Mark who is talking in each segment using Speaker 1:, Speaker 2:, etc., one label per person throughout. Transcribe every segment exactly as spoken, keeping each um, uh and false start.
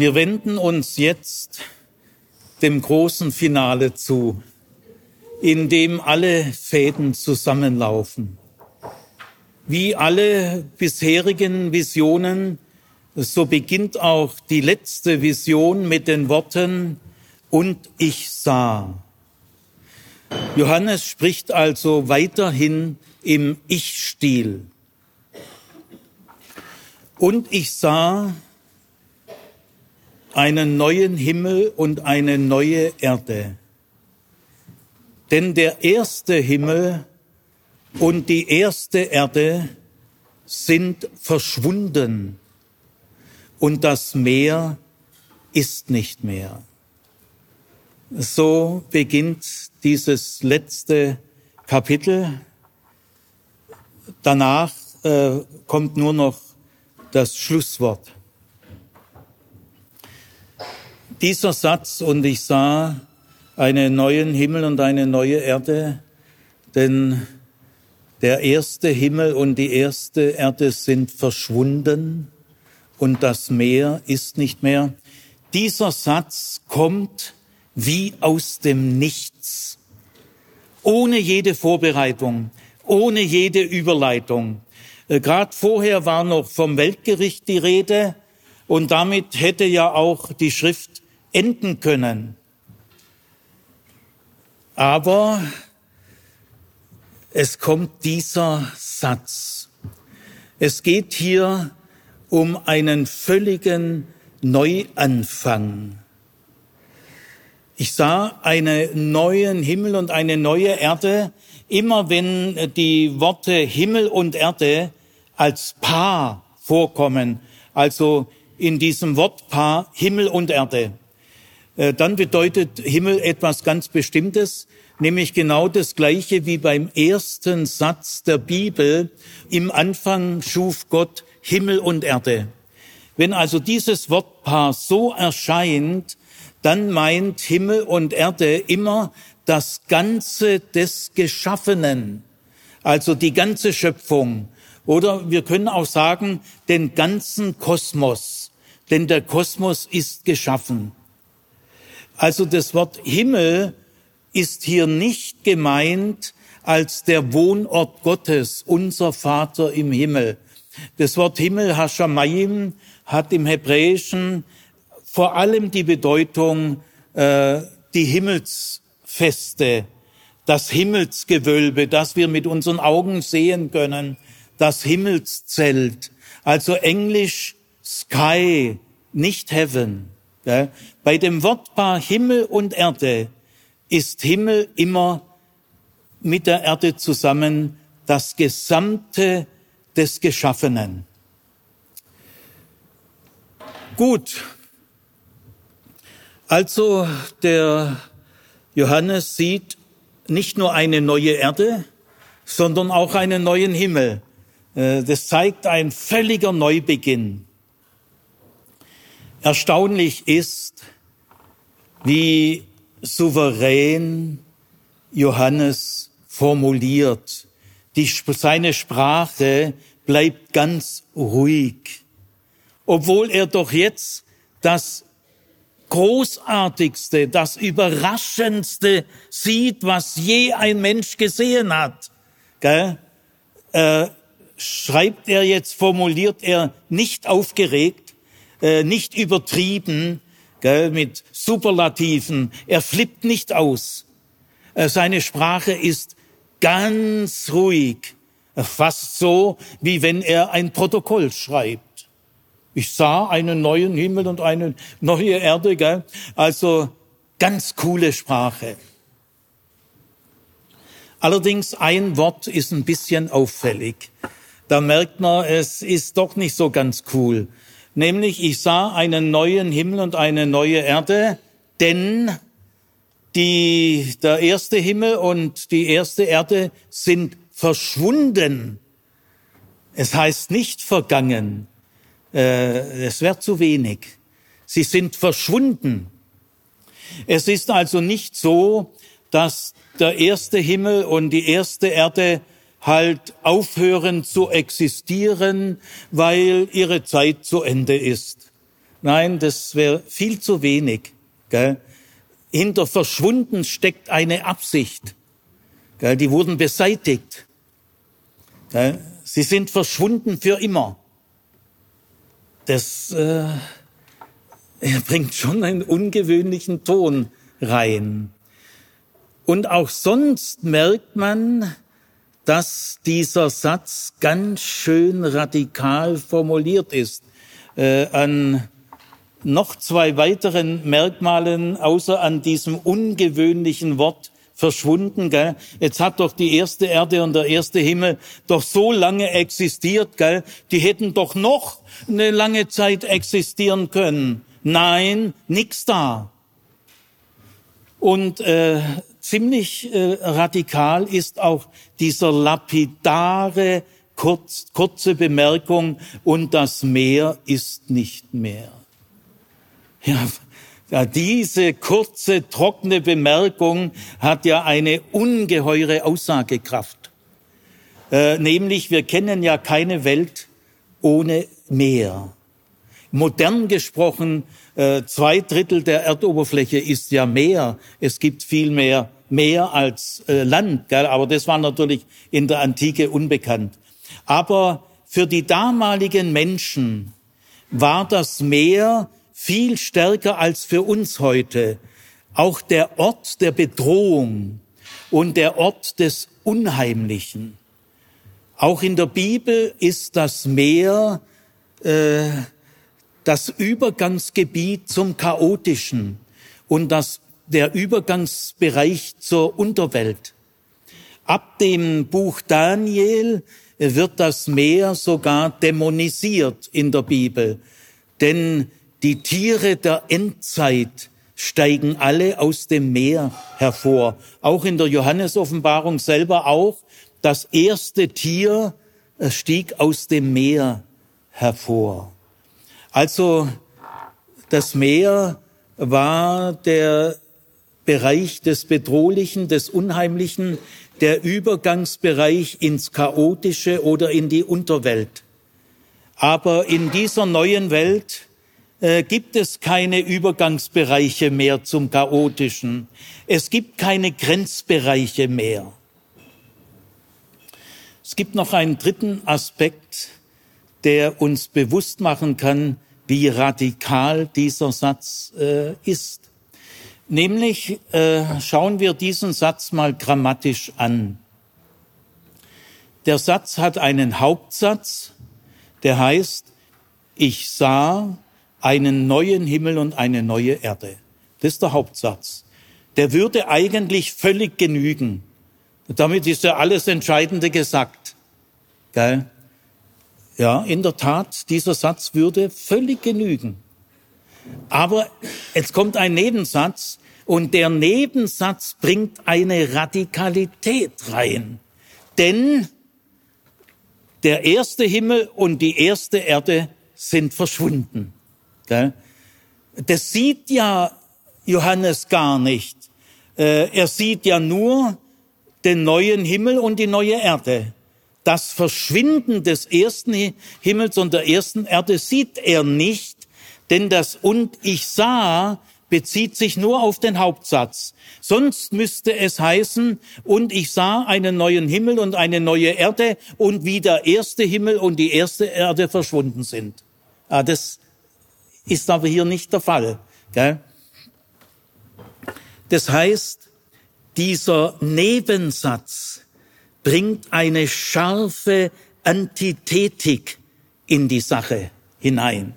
Speaker 1: Wir wenden uns jetzt dem großen Finale zu, in dem alle Fäden zusammenlaufen. Wie alle bisherigen Visionen, so beginnt auch die letzte Vision mit den Worten „Und ich sah". Johannes spricht also weiterhin im Ich-Stil. Und ich sah einen neuen Himmel und eine neue Erde. Denn der erste Himmel und die erste Erde sind verschwunden und das Meer ist nicht mehr. So beginnt dieses letzte Kapitel. Danach äh, kommt nur noch das Schlusswort. Dieser Satz, und ich sah einen neuen Himmel und eine neue Erde, denn der erste Himmel und die erste Erde sind verschwunden und das Meer ist nicht mehr. Dieser Satz kommt wie aus dem Nichts, ohne jede Vorbereitung, ohne jede Überleitung. Gerade vorher war noch vom Weltgericht die Rede und damit hätte ja auch die Schrift enden können. Aber es kommt dieser Satz. Es geht hier um einen völligen Neuanfang. Ich sah einen neuen Himmel und eine neue Erde. Immer wenn die Worte Himmel und Erde als Paar vorkommen, also in diesem Wortpaar Himmel und Erde, dann bedeutet Himmel etwas ganz Bestimmtes, nämlich genau das Gleiche wie beim ersten Satz der Bibel. Im Anfang schuf Gott Himmel und Erde. Wenn also dieses Wortpaar so erscheint, dann meint Himmel und Erde immer das Ganze des Geschaffenen, also die ganze Schöpfung. Oder wir können auch sagen, den ganzen Kosmos, denn der Kosmos ist geschaffen. Also das Wort Himmel ist hier nicht gemeint als der Wohnort Gottes, unser Vater im Himmel. Das Wort Himmel, Hashamayim, hat im Hebräischen vor allem die Bedeutung, äh, die Himmelsfeste, das Himmelsgewölbe, das wir mit unseren Augen sehen können, das Himmelszelt, also Englisch Sky, nicht Heaven. Ja? Bei dem Wortpaar Himmel und Erde ist Himmel immer mit der Erde zusammen das Gesamte des Geschaffenen. Gut, also der Johannes sieht nicht nur eine neue Erde, sondern auch einen neuen Himmel. Das zeigt ein völliger Neubeginn. Erstaunlich ist, wie souverän Johannes formuliert. Die, seine Sprache bleibt ganz ruhig, obwohl er doch jetzt das Großartigste, das Überraschendste sieht, was je ein Mensch gesehen hat. Gell? Äh, schreibt er jetzt, formuliert er nicht aufgeregt, äh, nicht übertrieben, gell, mit Superlativen. Er flippt nicht aus. Äh, seine Sprache ist ganz ruhig, fast so, wie wenn er ein Protokoll schreibt. Ich sah einen neuen Himmel und eine neue Erde, gell? Also ganz coole Sprache. Allerdings ein Wort ist ein bisschen auffällig. Da merkt man, es ist doch nicht so ganz cool. Nämlich, ich sah einen neuen Himmel und eine neue Erde, denn die, der erste Himmel und die erste Erde sind verschwunden. Es heißt nicht vergangen. Es wäre zu wenig. Sie sind verschwunden. Es ist also nicht so, dass der erste Himmel und die erste Erde halt aufhören zu existieren, weil ihre Zeit zu Ende ist. Nein, das wäre viel zu wenig. Gell? Hinter verschwunden steckt eine Absicht. Gell? Die wurden beseitigt. Gell? Sie sind verschwunden für immer. Das äh, bringt schon einen ungewöhnlichen Ton rein. Und auch sonst merkt man, dass dieser Satz ganz schön radikal formuliert ist. Äh, an noch zwei weiteren Merkmalen, außer an diesem ungewöhnlichen Wort verschwunden. Gell? Jetzt hat doch die erste Erde und der erste Himmel doch so lange existiert. Gell? Die hätten doch noch eine lange Zeit existieren können. Nein, nix da. Und äh, ziemlich äh, radikal ist auch dieser lapidare, kurz, kurze Bemerkung, und das Meer ist nicht mehr. Ja, ja, diese kurze, trockene Bemerkung hat ja eine ungeheure Aussagekraft. Äh, nämlich, wir kennen ja keine Welt ohne Meer. Modern gesprochen, äh, zwei Drittel der Erdoberfläche ist ja Meer. Es gibt viel mehr Meer als äh, Land, gell? Aber das war natürlich in der Antike unbekannt. Aber für die damaligen Menschen war das Meer viel stärker als für uns heute auch der Ort der Bedrohung und der Ort des Unheimlichen. Auch in der Bibel ist das Meer äh, das Übergangsgebiet zum Chaotischen und das, der Übergangsbereich zur Unterwelt. Ab dem Buch Daniel wird das Meer sogar dämonisiert in der Bibel, denn die Tiere der Endzeit steigen alle aus dem Meer hervor. Auch in der Johannesoffenbarung selber auch. Das erste Tier stieg aus dem Meer hervor. Also das Meer war der Bereich des Bedrohlichen, des Unheimlichen, der Übergangsbereich ins Chaotische oder in die Unterwelt. Aber in dieser neuen Welt äh, gibt es keine Übergangsbereiche mehr zum Chaotischen. Es gibt keine Grenzbereiche mehr. Es gibt noch einen dritten Aspekt, der uns bewusst machen kann, wie radikal dieser Satz äh, ist. Nämlich äh, schauen wir diesen Satz mal grammatisch an. Der Satz hat einen Hauptsatz, der heißt, ich sah einen neuen Himmel und eine neue Erde. Das ist der Hauptsatz. Der würde eigentlich völlig genügen. Damit ist ja alles Entscheidende gesagt. Gell? Ja, in der Tat, dieser Satz würde völlig genügen. Aber jetzt kommt ein Nebensatz und der Nebensatz bringt eine Radikalität rein. Denn der erste Himmel und die erste Erde sind verschwunden. Das sieht ja Johannes gar nicht. Er sieht ja nur den neuen Himmel und die neue Erde. Das Verschwinden des ersten Himmels und der ersten Erde sieht er nicht, denn das "und ich sah" bezieht sich nur auf den Hauptsatz. Sonst müsste es heißen, und ich sah einen neuen Himmel und eine neue Erde und wie der erste Himmel und die erste Erde verschwunden sind. Ah, das ist aber hier nicht der Fall. Gell? Das heißt, dieser Nebensatz bringt eine scharfe Antithetik in die Sache hinein.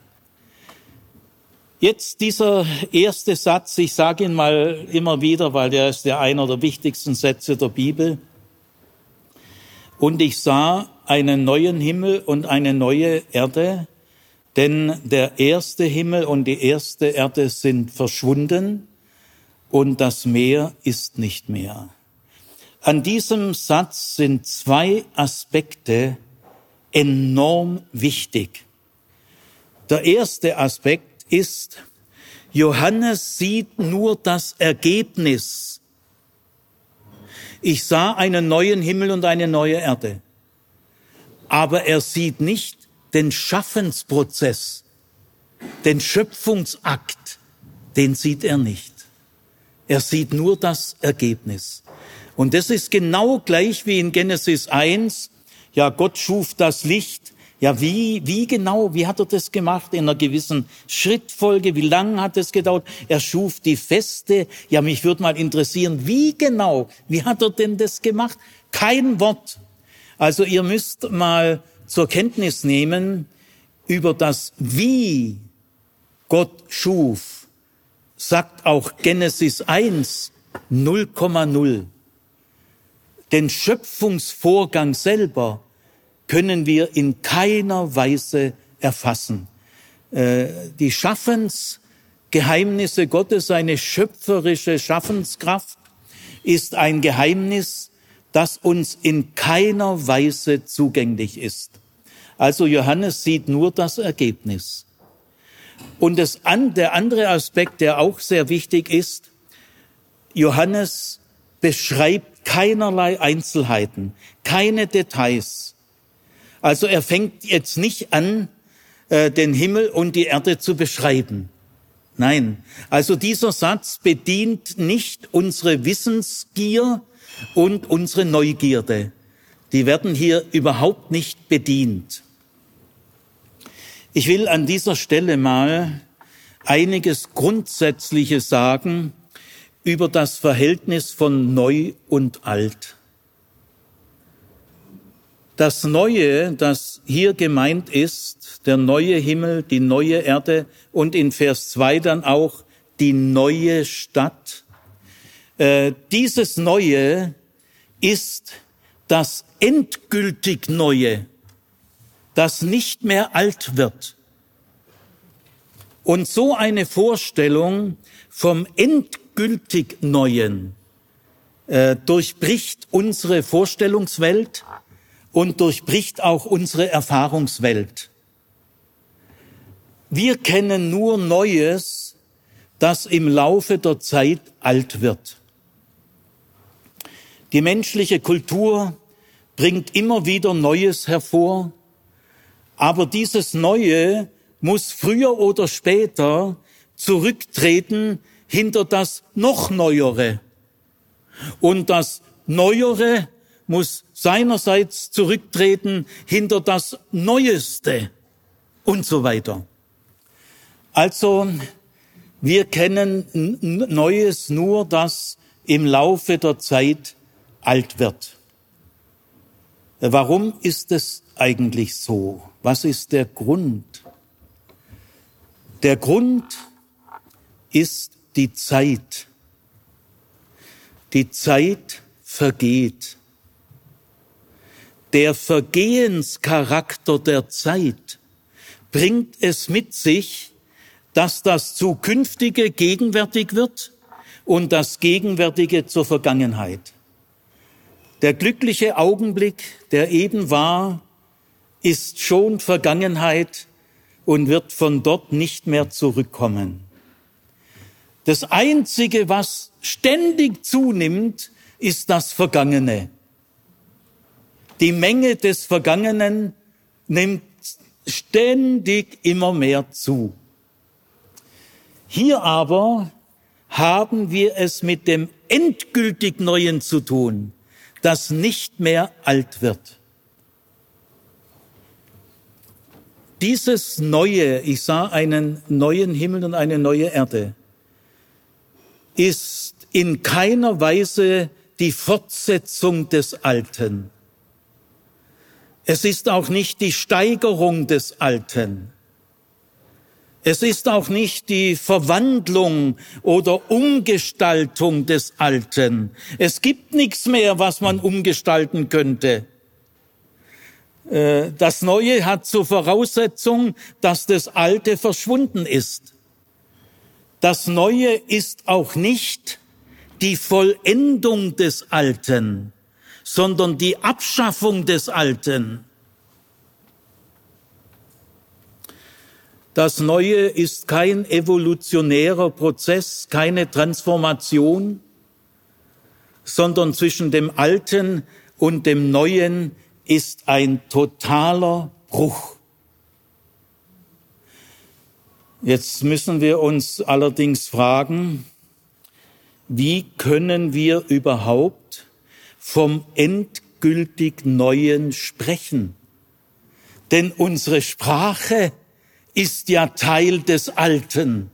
Speaker 1: Jetzt dieser erste Satz, ich sage ihn mal immer wieder, weil der ist ja einer der wichtigsten Sätze der Bibel. Und ich sah einen neuen Himmel und eine neue Erde, denn der erste Himmel und die erste Erde sind verschwunden und das Meer ist nicht mehr. An diesem Satz sind zwei Aspekte enorm wichtig. Der erste Aspekt ist, Johannes sieht nur das Ergebnis. Ich sah einen neuen Himmel und eine neue Erde. Aber er sieht nicht den Schaffensprozess. Den Schöpfungsakt, den sieht er nicht. Er sieht nur das Ergebnis. Und das ist genau gleich wie in Genesis eins. Ja, Gott schuf das Licht. Ja, wie, wie genau, wie hat er das gemacht? In einer gewissen Schrittfolge, wie lange hat es gedauert? Er schuf die Feste. Ja, mich würde mal interessieren, wie genau, wie hat er denn das gemacht? Kein Wort. Also ihr müsst mal zur Kenntnis nehmen, über das Wie Gott schuf, sagt auch Genesis eins null Komma null. Den Schöpfungsvorgang selber können wir in keiner Weise erfassen. Die Schaffensgeheimnisse Gottes, seine schöpferische Schaffenskraft, ist ein Geheimnis, das uns in keiner Weise zugänglich ist. Also Johannes sieht nur das Ergebnis. Und das, der andere Aspekt, der auch sehr wichtig ist, Johannes beschreibt keinerlei Einzelheiten, keine Details. Also er fängt jetzt nicht an, den Himmel und die Erde zu beschreiben. Nein, also dieser Satz bedient nicht unsere Wissensgier und unsere Neugierde. Die werden hier überhaupt nicht bedient. Ich will an dieser Stelle mal einiges Grundsätzliches sagen über das Verhältnis von Neu und Alt. Das Neue, das hier gemeint ist, der neue Himmel, die neue Erde und in Vers zwei dann auch die neue Stadt. Äh, dieses Neue ist das endgültig Neue, das nicht mehr alt wird. Und so eine Vorstellung vom endgültig Neuen äh, durchbricht unsere Vorstellungswelt und durchbricht auch unsere Erfahrungswelt. Wir kennen nur Neues, das im Laufe der Zeit alt wird. Die menschliche Kultur bringt immer wieder Neues hervor, aber dieses Neue muss früher oder später zurücktreten hinter das noch Neuere. Und das Neuere muss seinerseits zurücktreten hinter das Neueste und so weiter. Also wir kennen Neues nur, das im Laufe der Zeit alt wird. Warum ist es eigentlich so? Was ist der Grund? Der Grund ist die Zeit. Die Zeit vergeht. Der Vergehenscharakter der Zeit bringt es mit sich, dass das Zukünftige gegenwärtig wird und das Gegenwärtige zur Vergangenheit. Der glückliche Augenblick, der eben war, ist schon Vergangenheit und wird von dort nicht mehr zurückkommen. Das Einzige, was ständig zunimmt, ist das Vergangene. Die Menge des Vergangenen nimmt ständig immer mehr zu. Hier aber haben wir es mit dem endgültig Neuen zu tun, das nicht mehr alt wird. Dieses Neue, ich sah einen neuen Himmel und eine neue Erde, ist in keiner Weise die Fortsetzung des Alten. Es ist auch nicht die Steigerung des Alten. Es ist auch nicht die Verwandlung oder Umgestaltung des Alten. Es gibt nichts mehr, was man umgestalten könnte. Das Neue hat zur Voraussetzung, dass das Alte verschwunden ist. Das Neue ist auch nicht die Vollendung des Alten, sondern die Abschaffung des Alten. Das Neue ist kein evolutionärer Prozess, keine Transformation, sondern zwischen dem Alten und dem Neuen ist ein totaler Bruch. Jetzt müssen wir uns allerdings fragen, wie können wir überhaupt vom endgültig Neuen sprechen? Denn unsere Sprache ist ja Teil des Alten.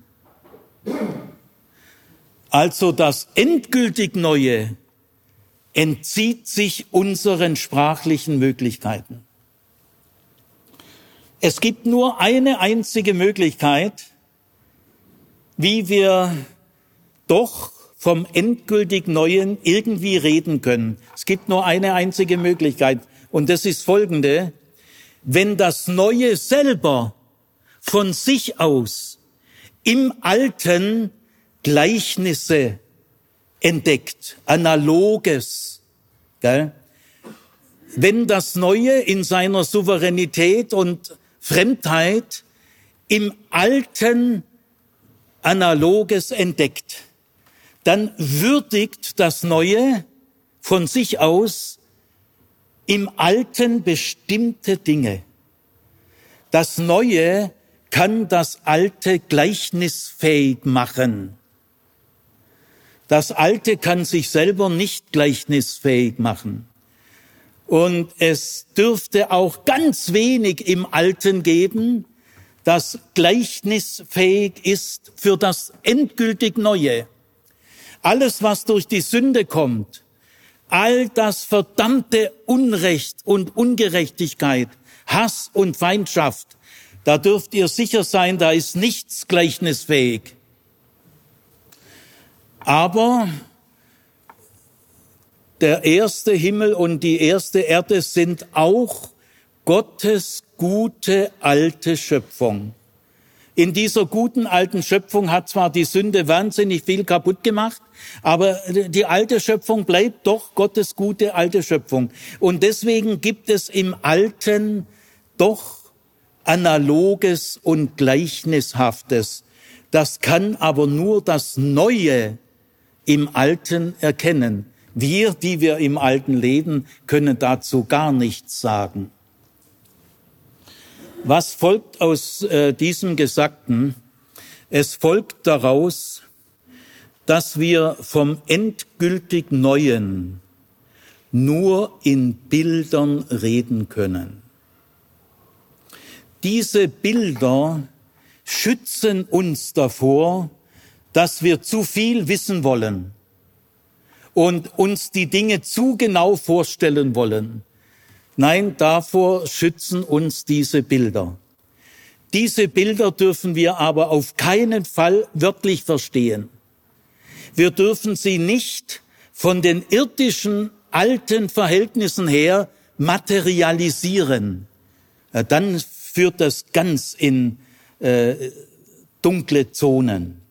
Speaker 1: Also das endgültig Neue entzieht sich unseren sprachlichen Möglichkeiten. Es gibt nur eine einzige Möglichkeit, wie wir doch vom endgültig Neuen irgendwie reden können. Es gibt nur eine einzige Möglichkeit und das ist folgende: Wenn das Neue selber von sich aus im Alten Gleichnisse entdeckt, Analoges, gell? Wenn das Neue in seiner Souveränität und Fremdheit im Alten Analoges entdeckt, dann würdigt das Neue von sich aus im Alten bestimmte Dinge. Das Neue kann das Alte gleichnisfähig machen. Das Alte kann sich selber nicht gleichnisfähig machen. Und es dürfte auch ganz wenig im Alten geben, das gleichnisfähig ist für das endgültig Neue. Alles, was durch die Sünde kommt, all das verdammte Unrecht und Ungerechtigkeit, Hass und Feindschaft, da dürft ihr sicher sein, da ist nichts gleichnisfähig. Aber der erste Himmel und die erste Erde sind auch Gottes gute alte Schöpfung. In dieser guten alten Schöpfung hat zwar die Sünde wahnsinnig viel kaputt gemacht, aber die alte Schöpfung bleibt doch Gottes gute alte Schöpfung. Und deswegen gibt es im Alten doch Analoges und Gleichnishaftes. Das kann aber nur das Neue im Alten erkennen. Wir, die wir im Alten leben, können dazu gar nichts sagen. Was folgt aus äh, diesem Gesagten? Es folgt daraus, dass wir vom endgültig Neuen nur in Bildern reden können. Diese Bilder schützen uns davor, dass wir zu viel wissen wollen und uns die Dinge zu genau vorstellen wollen. Nein, davor schützen uns diese Bilder. Diese Bilder dürfen wir aber auf keinen Fall wörtlich verstehen. Wir dürfen sie nicht von den irdischen alten Verhältnissen her materialisieren. Dann führt das ganz in äh, dunkle Zonen.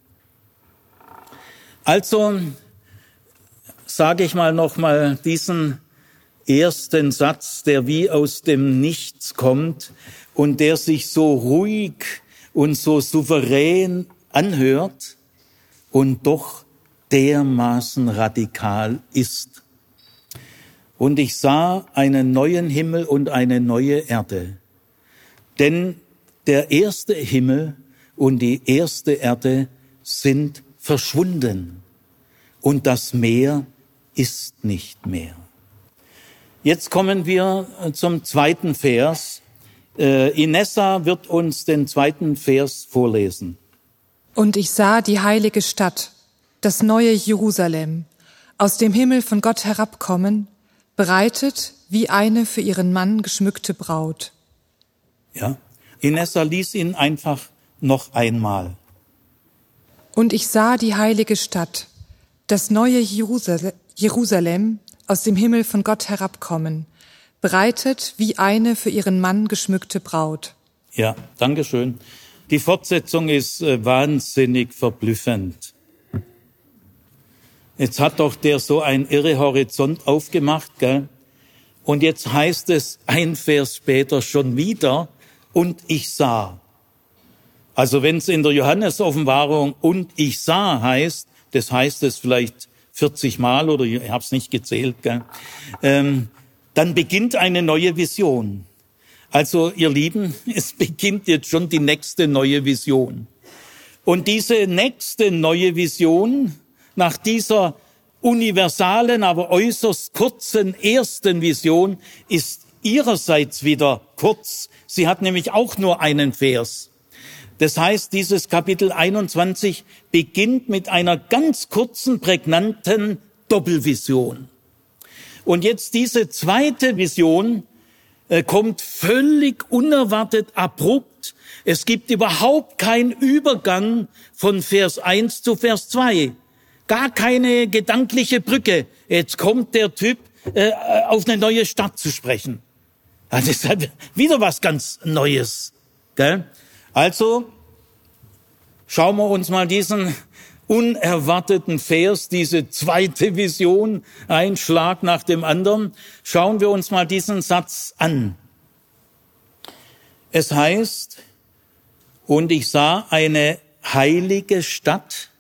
Speaker 1: Also sage ich mal noch mal diesen ersten Satz, der wie aus dem Nichts kommt und der sich so ruhig und so souverän anhört und doch dermaßen radikal ist. Und ich sah einen neuen Himmel und eine neue Erde. Denn der erste Himmel und die erste Erde sind verschwunden und das Meer ist nicht mehr. Jetzt kommen wir zum zweiten Vers. Äh, Inessa wird uns den zweiten Vers vorlesen.
Speaker 2: Und ich sah die heilige Stadt, das neue Jerusalem, aus dem Himmel von Gott herabkommen, bereitet wie eine für ihren Mann geschmückte Braut.
Speaker 1: Ja, Inessa lies ihn einfach noch einmal.
Speaker 2: Und ich sah die heilige Stadt, das neue Jerusalem, aus dem Himmel von Gott herabkommen, bereitet wie eine für ihren Mann geschmückte Braut.
Speaker 1: Ja, danke schön. Die Fortsetzung ist äh, wahnsinnig verblüffend. Jetzt hat doch der so ein irre Horizont aufgemacht, gell? Und jetzt heißt es ein Vers später schon wieder, und ich sah. Also wenn es in der Johannes-Offenbarung und ich sah heißt, das heißt es vielleicht vierzig Mal oder ich habe es nicht gezählt, gell? Ähm, dann beginnt eine neue Vision. Also ihr Lieben, es beginnt jetzt schon die nächste neue Vision. Und diese nächste neue Vision, nach dieser universalen, aber äußerst kurzen ersten Vision, ist ihrerseits wieder kurz. Sie hat nämlich auch nur einen Vers. Das heißt, dieses Kapitel einundzwanzig beginnt mit einer ganz kurzen, prägnanten Doppelvision. Und jetzt diese zweite Vision äh, kommt völlig unerwartet abrupt. Es gibt überhaupt keinen Übergang von Vers eins zu Vers zwei. Gar keine gedankliche Brücke. Jetzt kommt der Typ äh, auf eine neue Stadt zu sprechen. Das ist halt wieder was ganz Neues. Gell? Also schauen wir uns mal diesen unerwarteten Vers, diese zweite Vision, ein Schlag nach dem anderen. Schauen wir uns mal diesen Satz an. Es heißt, und ich sah eine heilige Stadt,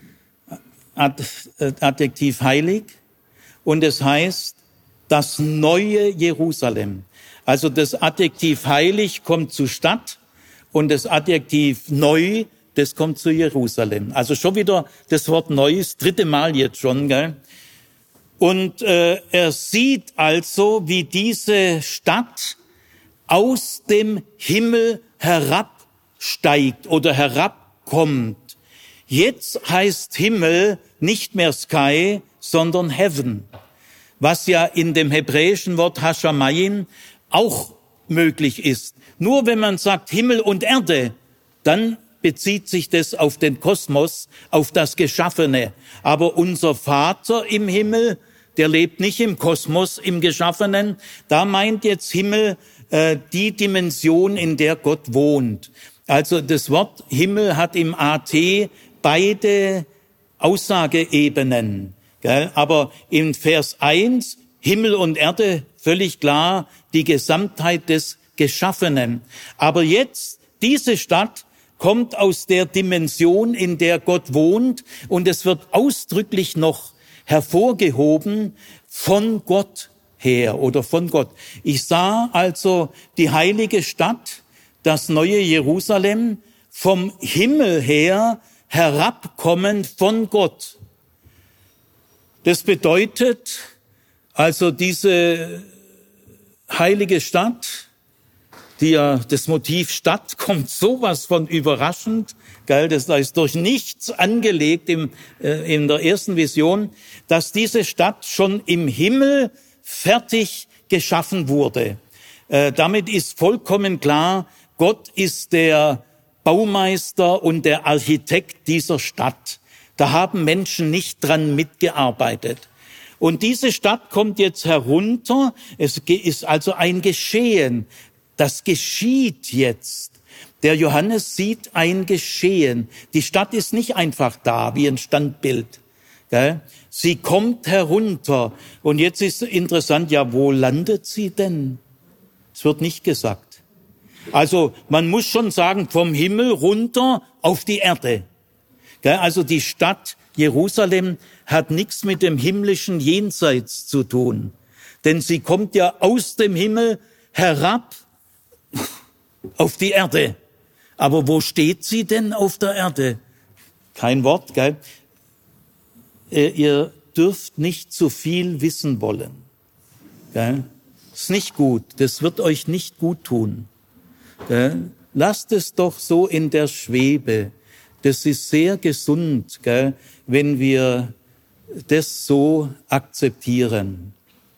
Speaker 1: Adjektiv heilig, und es heißt, das neue Jerusalem. Also das Adjektiv heilig kommt zu Stadt und das Adjektiv neu, das kommt zu Jerusalem. Also schon wieder das Wort neu, das dritte Mal jetzt schon, gell? Und äh, er sieht also, wie diese Stadt aus dem Himmel herabsteigt oder herabkommt. Jetzt heißt Himmel nicht mehr Sky, sondern Heaven, was ja in dem hebräischen Wort Hashamayim auch möglich ist. Nur wenn man sagt Himmel und Erde, dann bezieht sich das auf den Kosmos, auf das Geschaffene. Aber unser Vater im Himmel, der lebt nicht im Kosmos, im Geschaffenen. Da meint jetzt Himmel äh, die Dimension, in der Gott wohnt. Also das Wort Himmel hat im A T beide Aussageebenen. Gell? Aber in Vers eins, Himmel und Erde, völlig klar, die Gesamtheit des Geschaffenen. Aber jetzt, diese Stadt kommt aus der Dimension, in der Gott wohnt, und es wird ausdrücklich noch hervorgehoben von Gott her oder von Gott. Ich sah also die heilige Stadt, das neue Jerusalem, vom Himmel her herabkommen von Gott. Das bedeutet also, diese heilige Stadt, die ja, das Motiv Stadt kommt sowas von überraschend, gell, das ist durch nichts angelegt im, äh, in der ersten Vision, dass diese Stadt schon im Himmel fertig geschaffen wurde. Äh, damit ist vollkommen klar, Gott ist der Baumeister und der Architekt dieser Stadt. Da haben Menschen nicht dran mitgearbeitet. Und diese Stadt kommt jetzt herunter. Es ist also ein Geschehen. Das geschieht jetzt. Der Johannes sieht ein Geschehen. Die Stadt ist nicht einfach da, wie ein Standbild. Sie kommt herunter. Und jetzt ist interessant, ja, wo landet sie denn? Es wird nicht gesagt. Also man muss schon sagen, vom Himmel runter auf die Erde. Also die Stadt Jerusalem hat nichts mit dem himmlischen Jenseits zu tun. Denn sie kommt ja aus dem Himmel herab auf die Erde. Aber wo steht sie denn auf der Erde? Kein Wort, gell? Ihr dürft nicht zu viel wissen wollen. Gell? Das ist nicht gut. Das wird euch nicht gut tun. Gell? Lasst es doch so in der Schwebe. Das ist sehr gesund, gell, wenn wir das so akzeptieren.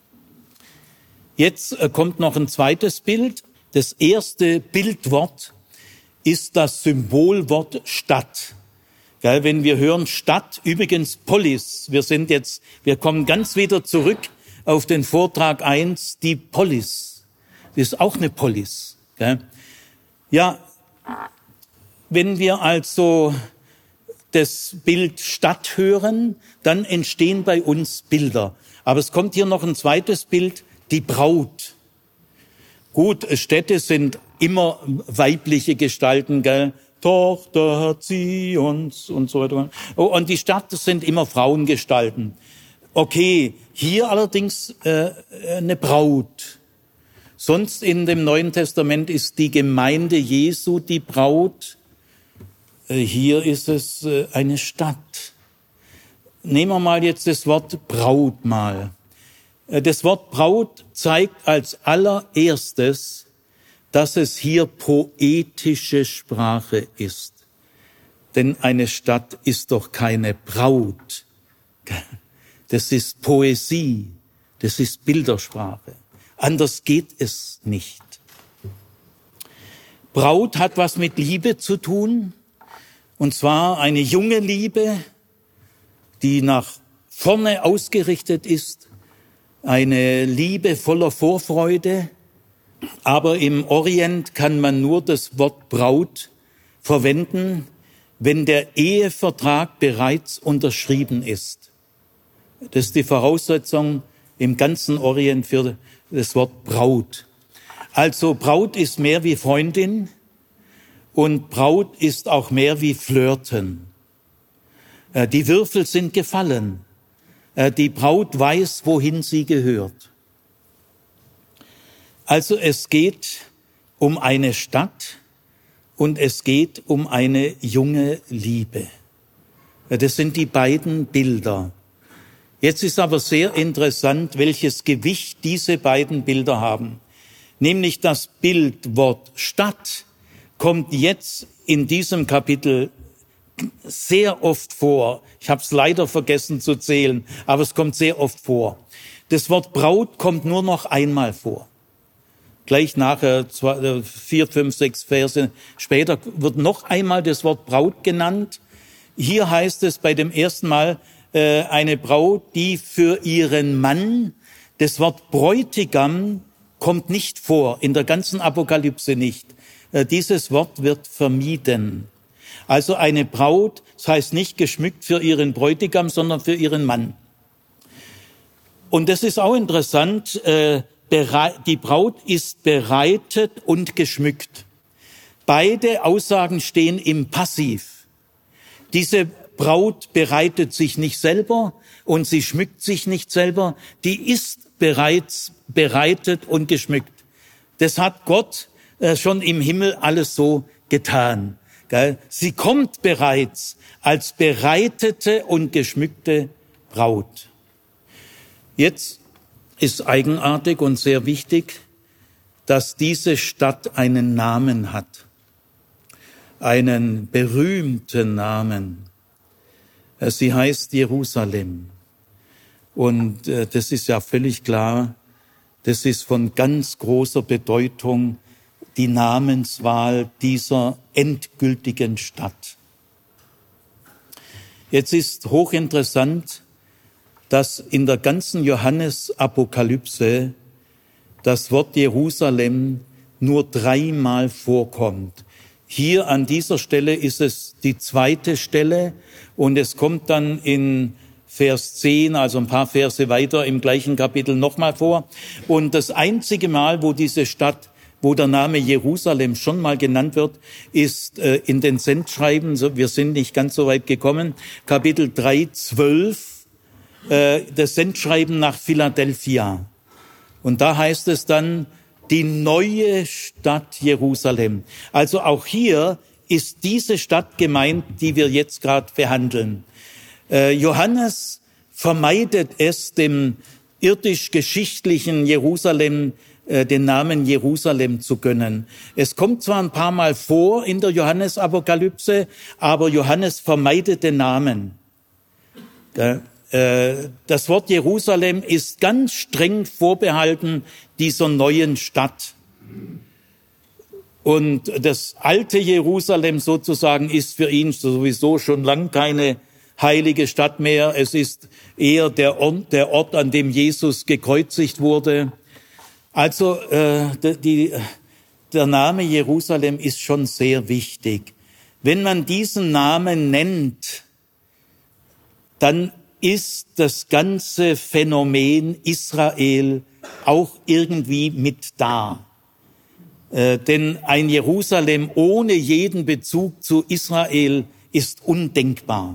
Speaker 1: Jetzt kommt noch ein zweites Bild. Das erste Bildwort ist das Symbolwort Stadt. Gell, wenn wir hören Stadt, übrigens Polis. Wir sind jetzt, wir kommen ganz wieder zurück auf den Vortrag eins, die Polis. Das ist auch eine Polis. Gell. Ja, wenn wir also das Bild Stadt hören, dann entstehen bei uns Bilder. Aber es kommt hier noch ein zweites Bild, die Braut. Gut, Städte sind immer weibliche Gestalten, gell? Tochter Zions und so weiter. Und die Stadt sind immer Frauengestalten. Okay, hier allerdings äh, eine Braut. Sonst in dem Neuen Testament ist die Gemeinde Jesu die Braut. hier ist es eine Stadt. Nehmen wir mal jetzt das Wort Brautmahl. Das Wort Braut zeigt als allererstes, dass es hier poetische Sprache ist. Denn eine Stadt ist doch keine Braut. Das ist Poesie, das ist Bildersprache. Anders geht es nicht. Braut hat was mit Liebe zu tun, und zwar eine junge Liebe, die nach vorne ausgerichtet ist, eine Liebe voller Vorfreude. Aber im Orient kann man nur das Wort Braut verwenden, wenn der Ehevertrag bereits unterschrieben ist. Das ist die Voraussetzung im ganzen Orient für das Wort Braut. Also Braut ist mehr wie Freundin und Braut ist auch mehr wie Flirten. Die Würfel sind gefallen. Die Braut weiß, wohin sie gehört. Also es geht um eine Stadt und es geht um eine junge Liebe. Das sind die beiden Bilder. Jetzt ist aber sehr interessant, welches Gewicht diese beiden Bilder haben. Nämlich das Bildwort Stadt kommt jetzt in diesem Kapitel sehr oft vor. Ich habe es leider vergessen zu zählen, aber es kommt sehr oft vor. Das Wort Braut kommt nur noch einmal vor. Gleich nachher, zwei, vier, fünf, sechs Verse später, wird noch einmal das Wort Braut genannt. Hier heißt es bei dem ersten Mal äh, eine Braut, die für ihren Mann, das Wort Bräutigam kommt nicht vor, in der ganzen Apokalypse nicht. Äh, dieses Wort wird vermieden. Also eine Braut, das heißt nicht geschmückt für ihren Bräutigam, sondern für ihren Mann. Und das ist auch interessant, äh, die Braut ist bereitet und geschmückt. Beide Aussagen stehen im Passiv. Diese Braut bereitet sich nicht selber und sie schmückt sich nicht selber. Die ist bereits bereitet und geschmückt. Das hat Gott äh, schon im Himmel alles so getan. Gell? Sie kommt bereits als bereitete und geschmückte Braut. Jetzt ist eigenartig und sehr wichtig, dass diese Stadt einen Namen hat, einen berühmten Namen. Sie heißt Jerusalem. Und das ist ja völlig klar, das ist von ganz großer Bedeutung, die Namenswahl dieser endgültigen Stadt. Jetzt ist hochinteressant, dass in der ganzen Johannes-Apokalypse das Wort Jerusalem nur dreimal vorkommt. Hier an dieser Stelle ist es die zweite Stelle und es kommt dann in Vers zehn, also ein paar Verse weiter im gleichen Kapitel nochmal vor. Und das einzige Mal, wo diese Stadt, wo der Name Jerusalem schon mal genannt wird, ist äh, in den Sendschreiben, so, wir sind nicht ganz so weit gekommen, Kapitel drei, zwölf, das Sendschreiben nach Philadelphia. Und da heißt es dann, die neue Stadt Jerusalem. Also auch hier ist diese Stadt gemeint, die wir jetzt gerade behandeln. Äh, Johannes vermeidet es, dem irdisch-geschichtlichen Jerusalem äh, den Namen Jerusalem zu gönnen. Es kommt zwar ein paar Mal vor in der Johannes-Apokalypse, aber Johannes vermeidet den Namen. Gell? Das Wort Jerusalem ist ganz streng vorbehalten dieser neuen Stadt. Und das alte Jerusalem sozusagen ist für ihn sowieso schon lang keine heilige Stadt mehr. Es ist eher der Ort, der Ort, an dem Jesus gekreuzigt wurde. Also äh, die, der Name Jerusalem ist schon sehr wichtig. Wenn man diesen Namen nennt, dann ist das ganze Phänomen Israel auch irgendwie mit da. Äh, denn ein Jerusalem ohne jeden Bezug zu Israel ist undenkbar.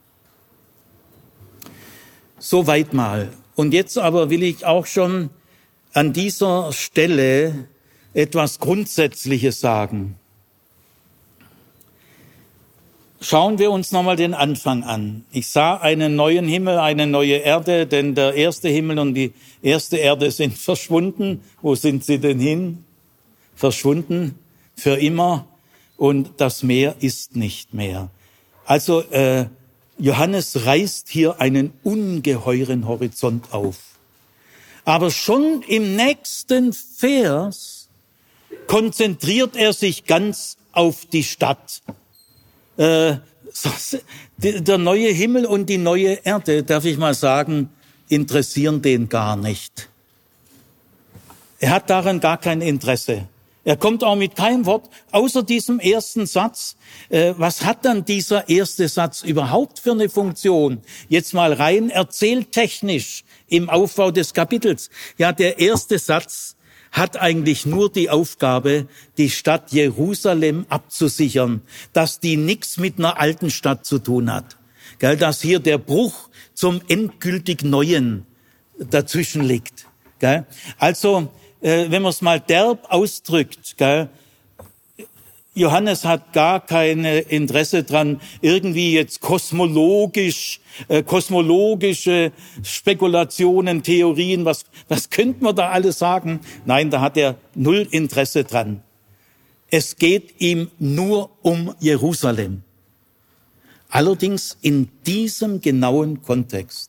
Speaker 1: Soweit mal. Und jetzt aber will ich auch schon an dieser Stelle etwas Grundsätzliches sagen. Schauen wir uns nochmal den Anfang an. Ich sah einen neuen Himmel, eine neue Erde, denn der erste Himmel und die erste Erde sind verschwunden. Wo sind sie denn hin? Verschwunden für immer, und das Meer ist nicht mehr. Also äh, Johannes reißt hier einen ungeheuren Horizont auf. Aber schon im nächsten Vers konzentriert er sich ganz auf die Stadt. Äh, der neue Himmel und die neue Erde, darf ich mal sagen, interessieren den gar nicht. Er hat daran gar kein Interesse. Er kommt auch mit keinem Wort, außer diesem ersten Satz. Äh, was hat dann dieser erste Satz überhaupt für eine Funktion? Jetzt mal rein erzähltechnisch im Aufbau des Kapitels. Ja, der erste Satz hat eigentlich nur die Aufgabe, die Stadt Jerusalem abzusichern, dass die nichts mit einer alten Stadt zu tun hat. Gell, dass hier der Bruch zum endgültig Neuen dazwischen liegt. Gell? Also, äh, wenn man es mal derb ausdrückt, gell, Johannes hat gar kein Interesse dran, irgendwie jetzt kosmologisch, äh, kosmologische Spekulationen, Theorien, was, was könnte man da alles sagen? Nein, da hat er null Interesse dran. Es geht ihm nur um Jerusalem. Allerdings in diesem genauen Kontext.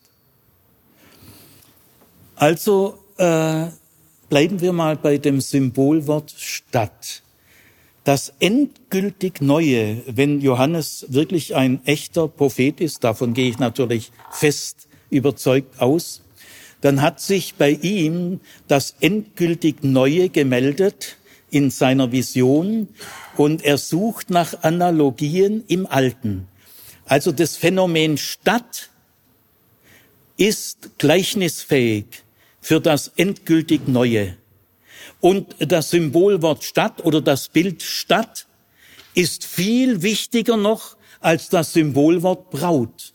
Speaker 1: Also äh, bleiben wir mal bei dem Symbolwort Stadt. Das endgültig Neue, wenn Johannes wirklich ein echter Prophet ist, davon gehe ich natürlich fest überzeugt aus, dann hat sich bei ihm das endgültig Neue gemeldet in seiner Vision und er sucht nach Analogien im Alten. Also das Phänomen Stadt ist gleichnisfähig für das endgültig Neue. Und das Symbolwort Stadt oder das Bild Stadt ist viel wichtiger noch als das Symbolwort Braut.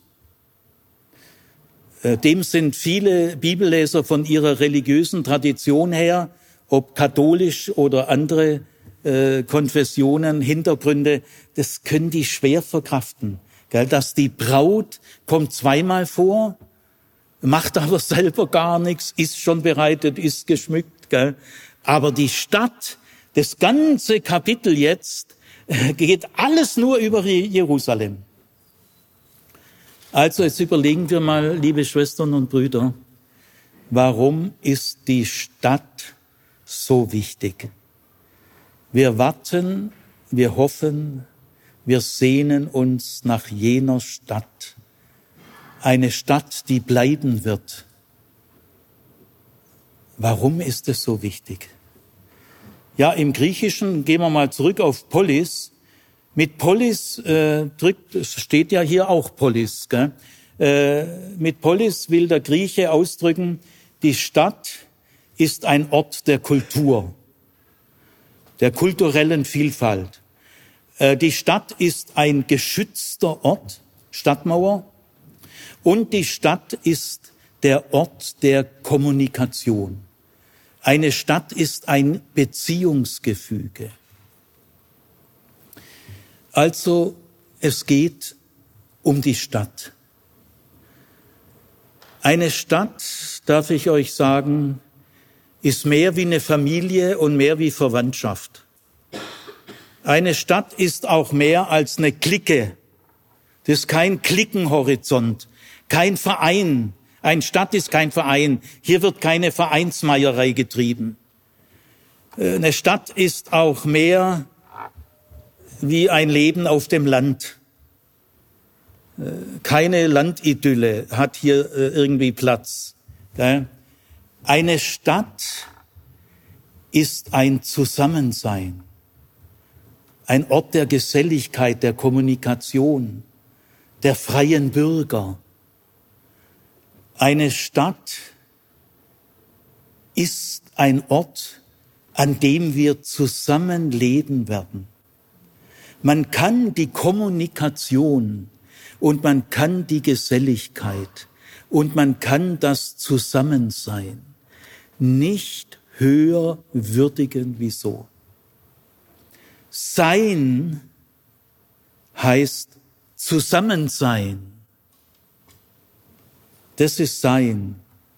Speaker 1: Dem sind viele Bibelleser von ihrer religiösen Tradition her, ob katholisch oder andere äh, Konfessionen, Hintergründe, das können die schwer verkraften. Gell? Dass die Braut kommt zweimal vor, macht aber selber gar nichts, ist schon bereitet, ist geschmückt, gell? Aber die Stadt, das ganze Kapitel jetzt, geht alles nur über Jerusalem. Also jetzt überlegen wir mal, liebe Schwestern und Brüder, warum ist die Stadt so wichtig? Wir warten, wir hoffen, wir sehnen uns nach jener Stadt. Eine Stadt, die bleiben wird. Warum ist es so wichtig? Ja, im Griechischen, gehen wir mal zurück auf Polis. Mit Polis äh, drückt, es steht ja hier auch Polis, gell? Äh, mit Polis will der Grieche ausdrücken, die Stadt ist ein Ort der Kultur, der kulturellen Vielfalt. Äh, die Stadt ist ein geschützter Ort, Stadtmauer, und die Stadt ist der Ort der Kommunikation. Eine Stadt ist ein Beziehungsgefüge. Also es geht um die Stadt. Eine Stadt, darf ich euch sagen, ist mehr wie eine Familie und mehr wie Verwandtschaft. Eine Stadt ist auch mehr als eine Clique. Das ist kein Cliquenhorizont, kein Verein. Eine Stadt ist kein Verein. Hier wird keine Vereinsmeierei getrieben. Eine Stadt ist auch mehr wie ein Leben auf dem Land. Keine Landidylle hat hier irgendwie Platz. Eine Stadt ist ein Zusammensein, ein Ort der Geselligkeit, der Kommunikation, der freien Bürger. Eine Stadt ist ein Ort, an dem wir zusammen leben werden. Man kann die Kommunikation und man kann die Geselligkeit und man kann das Zusammensein nicht höher würdigen wie so. Sein heißt Zusammensein. Das ist Sein.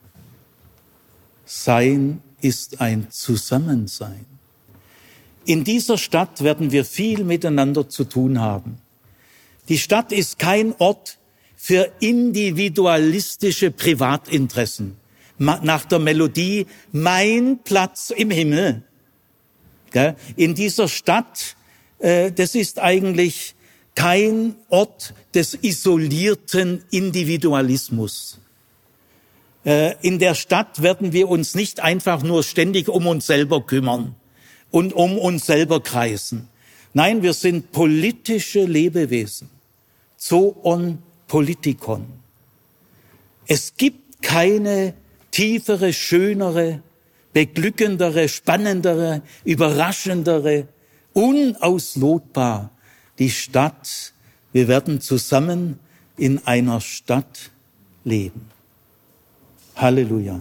Speaker 1: Sein ist ein Zusammensein. In dieser Stadt werden wir viel miteinander zu tun haben. Die Stadt ist kein Ort für individualistische Privatinteressen. Nach der Melodie, mein Platz im Himmel. In dieser Stadt, das ist eigentlich kein Ort des isolierten Individualismus. In der Stadt werden wir uns nicht einfach nur ständig um uns selber kümmern und um uns selber kreisen. Nein, wir sind politische Lebewesen. Zoon Politikon. Es gibt keine tiefere, schönere, beglückendere, spannendere, überraschendere, unauslotbar die Stadt. Wir werden zusammen in einer Stadt leben. Halleluja.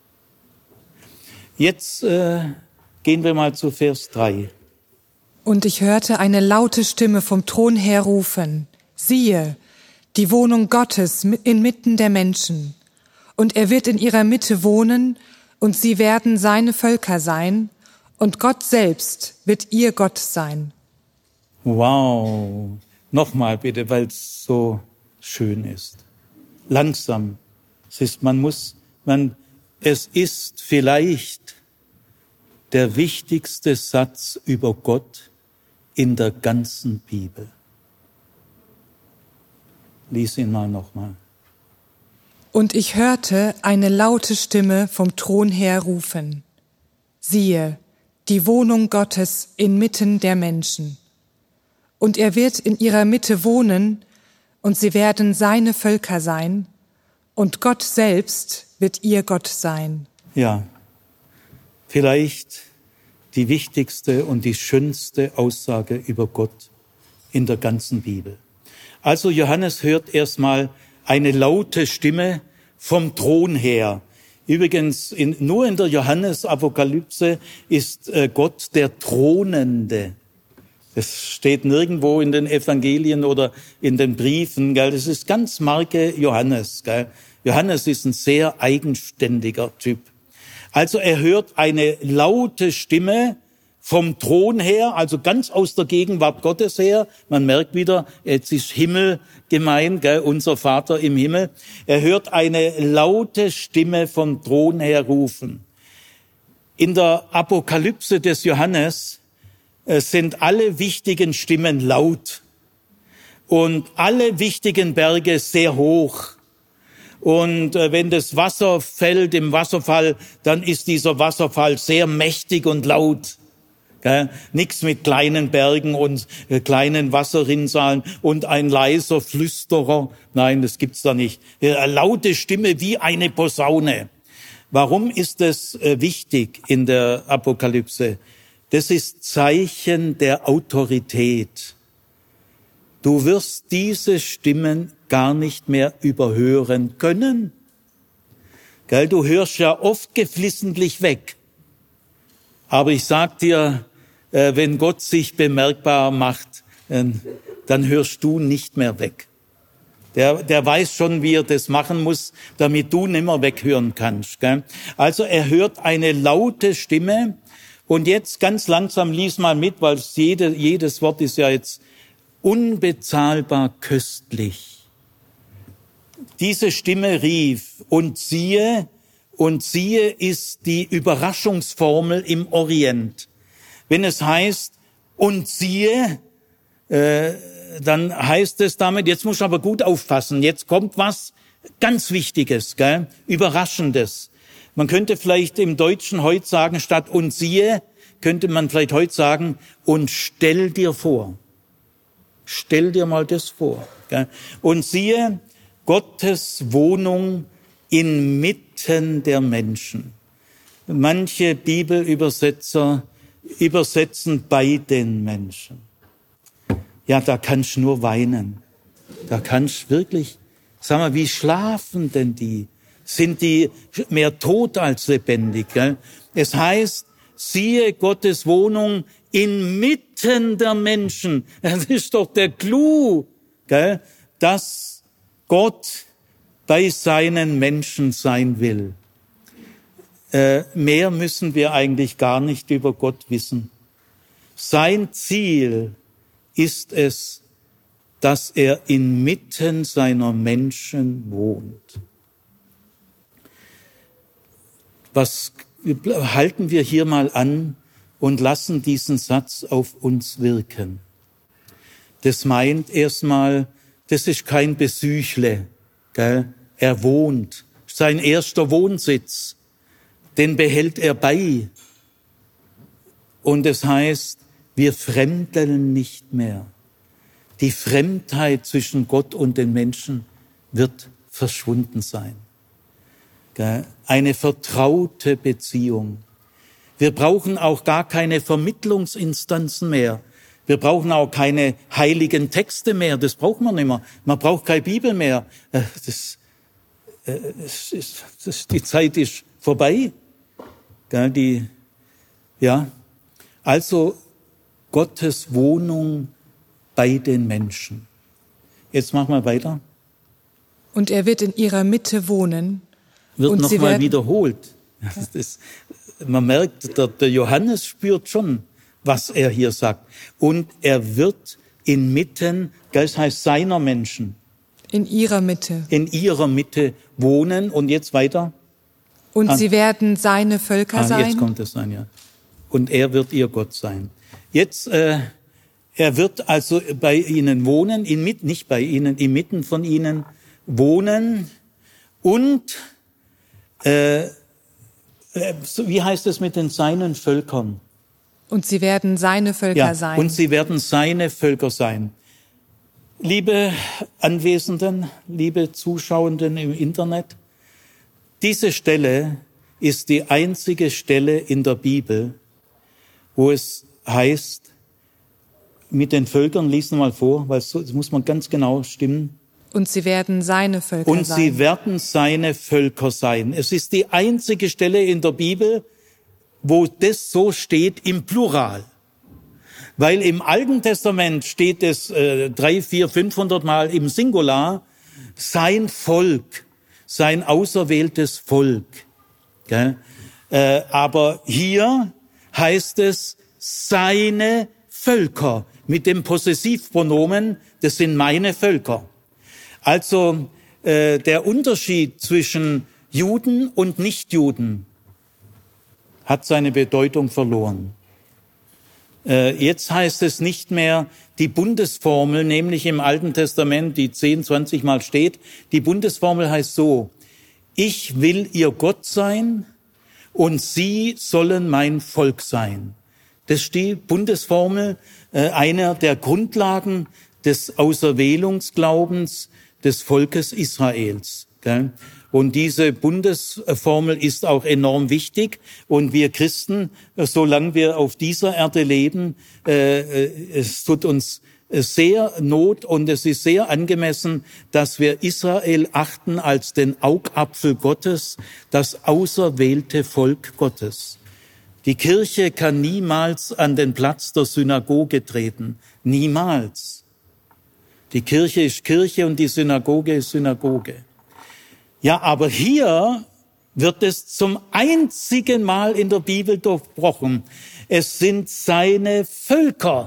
Speaker 1: Jetzt äh, gehen wir mal zu Vers drei.
Speaker 2: Und ich hörte eine laute Stimme vom Thron her rufen, siehe, die Wohnung Gottes inmitten der Menschen. Und er wird in ihrer Mitte wohnen, und sie werden seine Völker sein, und Gott selbst wird ihr Gott sein.
Speaker 1: Wow. Nochmal bitte, weil es so schön ist. Langsam. Es ist, man muss, man, es ist vielleicht der wichtigste Satz über Gott in der ganzen Bibel. Lies ihn mal nochmal.
Speaker 2: Und ich hörte eine laute Stimme vom Thron her rufen, siehe, die Wohnung Gottes inmitten der Menschen. Und er wird in ihrer Mitte wohnen, und sie werden seine Völker sein, und Gott selbst wird ihr Gott sein.
Speaker 1: Ja, vielleicht die wichtigste und die schönste Aussage über Gott in der ganzen Bibel. Also Johannes hört erstmal eine laute Stimme vom Thron her. Übrigens, in, nur in der Johannes-Apokalypse ist äh, Gott der Thronende. Das steht nirgendwo in den Evangelien oder in den Briefen. Gell? Das ist ganz Marke Johannes. Gell? Johannes ist ein sehr eigenständiger Typ. Also er hört eine laute Stimme vom Thron her, also ganz aus der Gegenwart Gottes her. Man merkt wieder, jetzt ist Himmel gemeint, gell, unser Vater im Himmel. Er hört eine laute Stimme vom Thron her rufen. In der Apokalypse des Johannes äh, sind alle wichtigen Stimmen laut und alle wichtigen Berge sehr hoch. Und äh, wenn das Wasser fällt im Wasserfall, dann ist dieser Wasserfall sehr mächtig und laut. Ja, nichts mit kleinen Bergen und äh, kleinen Wasserrinnsalen und ein leiser Flüsterer. Nein, das gibt's da nicht. Eine laute Stimme wie eine Posaune. Warum ist das äh, wichtig in der Apokalypse? Das ist Zeichen der Autorität. Du wirst diese Stimmen gar nicht mehr überhören können. Gell, du hörst ja oft geflissentlich weg. Aber ich sag dir, wenn Gott sich bemerkbar macht, dann hörst du nicht mehr weg. Der, der weiß schon, wie er das machen muss, damit du nimmer weghören kannst. Gell? Also er hört eine laute Stimme. Und jetzt ganz langsam lies mal mit, weil jede, jedes Wort ist ja jetzt unbezahlbar köstlich. Diese Stimme rief, und siehe, und siehe ist die Überraschungsformel im Orient. Wenn es heißt, und siehe, äh, dann heißt es damit, jetzt musst du aber gut aufpassen, jetzt kommt was ganz Wichtiges, gell? Überraschendes. Man könnte vielleicht im Deutschen heute sagen, statt und siehe, könnte man vielleicht heute sagen, und stell dir vor. Stell dir mal das vor. Gell? Und siehe, Gottes Wohnung inmitten der Menschen. Manche Bibelübersetzer übersetzen bei den Menschen. Ja, da kannst du nur weinen. Da kannst du wirklich, sag mal, wie schlafen denn die? Sind die mehr tot als lebendig? Gell? Es heißt, siehe Gottes Wohnung inmitten der Menschen. Das ist doch der Clou. gell, dass Gott bei seinen Menschen sein will. Äh, mehr müssen wir eigentlich gar nicht über Gott wissen. Sein Ziel ist es, dass er inmitten seiner Menschen wohnt. Was halten wir hier mal an und lassen diesen Satz auf uns wirken? Das meint erstmal, das ist kein Besüchle, gell? Er wohnt, sein erster Wohnsitz, den behält er bei. Und es heißt, wir fremdeln nicht mehr. Die Fremdheit zwischen Gott und den Menschen wird verschwunden sein. Eine vertraute Beziehung. Wir brauchen auch gar keine Vermittlungsinstanzen mehr. Wir brauchen auch keine heiligen Texte mehr. Das braucht man nicht mehr. Man braucht keine Bibel mehr. Das, das ist, das, die Zeit ist vorbei. Die, ja, also Gottes Wohnung bei den Menschen. Jetzt machen wir weiter.
Speaker 2: Und er wird in ihrer Mitte wohnen.
Speaker 1: Wird nochmal wiederholt. Das, das, man merkt, der, der Johannes spürt schon, was er hier sagt. Und er wird inmitten, das heißt seiner Menschen.
Speaker 2: In ihrer Mitte.
Speaker 1: In ihrer Mitte wohnen. Und jetzt weiter.
Speaker 2: Und ah. sie werden seine Völker
Speaker 1: ah,
Speaker 2: sein.
Speaker 1: Jetzt kommt es sein, ja. Und er wird ihr Gott sein. Jetzt, äh, er wird also bei ihnen wohnen, inmitten, nicht bei ihnen, inmitten von ihnen wohnen. Und Äh, wie heißt es mit den seinen Völkern?
Speaker 2: Und sie werden seine Völker
Speaker 1: ja,
Speaker 2: sein.
Speaker 1: Und sie werden seine Völker sein. Liebe Anwesenden, liebe Zuschauenden im Internet, diese Stelle ist die einzige Stelle in der Bibel, wo es heißt, mit den Völkern, lesen wir mal vor, weil das muss man ganz genau stimmen.
Speaker 2: Und sie werden seine Völker
Speaker 1: Und
Speaker 2: sein.
Speaker 1: Und sie werden seine Völker sein. Es ist die einzige Stelle in der Bibel, wo das so steht im Plural. Weil im Alten Testament steht es äh, drei, vier, fünfhundert Mal im Singular, sein Volk, sein auserwähltes Volk. Gell? Äh, aber hier heißt es seine Völker mit dem Possessivpronomen, das sind meine Völker. Also äh, der Unterschied zwischen Juden und Nichtjuden hat seine Bedeutung verloren. Äh, jetzt heißt es nicht mehr die Bundesformel, nämlich im Alten Testament, die zehn, zwanzig Mal steht. Die Bundesformel heißt so: Ich will ihr Gott sein und sie sollen mein Volk sein. Das ist die Bundesformel, äh, einer der Grundlagen des Auserwählungsglaubens des Volkes Israels. Gell? Und diese Bundesformel ist auch enorm wichtig. Und wir Christen, solange wir auf dieser Erde leben, äh, es tut uns sehr Not und es ist sehr angemessen, dass wir Israel achten als den Augapfel Gottes, das auserwählte Volk Gottes. Die Kirche kann niemals an den Platz der Synagoge treten. Niemals. Die Kirche ist Kirche und die Synagoge ist Synagoge. Ja, aber hier wird es zum einzigen Mal in der Bibel durchbrochen. Es sind seine Völker.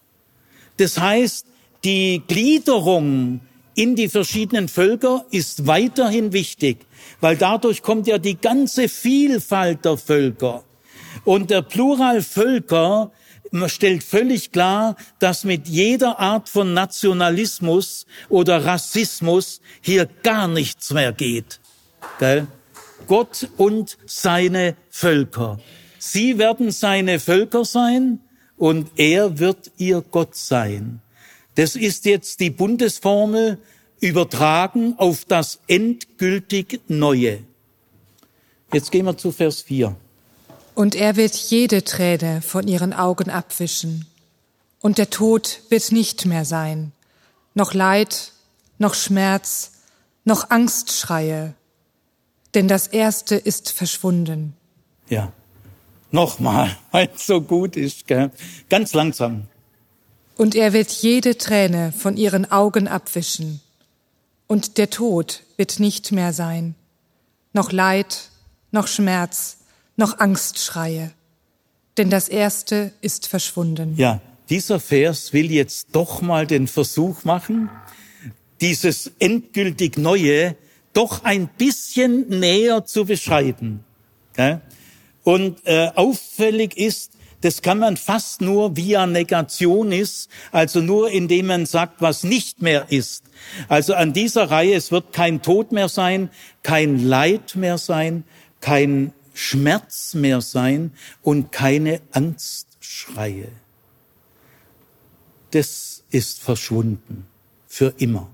Speaker 1: Das heißt, die Gliederung in die verschiedenen Völker ist weiterhin wichtig, weil dadurch kommt ja die ganze Vielfalt der Völker. Und der Plural Völker stellt völlig klar, dass mit jeder Art von Nationalismus oder Rassismus hier gar nichts mehr geht. Gell? Gott und seine Völker. Sie werden seine Völker sein und er wird ihr Gott sein. Das ist jetzt die Bundesformel übertragen auf das endgültig Neue. Jetzt gehen wir zu Vers vier.
Speaker 2: Und er wird jede Träne von ihren Augen abwischen. Und der Tod wird nicht mehr sein. Noch Leid, noch Schmerz, noch Angstschreie. Denn das Erste ist verschwunden.
Speaker 1: Ja, nochmal, weil es so gut ist. Gell? Ganz langsam.
Speaker 2: Und er wird jede Träne von ihren Augen abwischen. Und der Tod wird nicht mehr sein. Noch Leid, noch Schmerz, noch Angstschreie. Denn das Erste ist verschwunden.
Speaker 1: Ja, dieser Vers will jetzt doch mal den Versuch machen, dieses endgültig Neue doch ein bisschen näher zu beschreiben. Und äh, auffällig ist, das kann man fast nur via Negationis, also nur indem man sagt, was nicht mehr ist. Also an dieser Reihe, es wird kein Tod mehr sein, kein Leid mehr sein, kein Schmerz mehr sein und keine Angstschreie. Das ist verschwunden, für immer.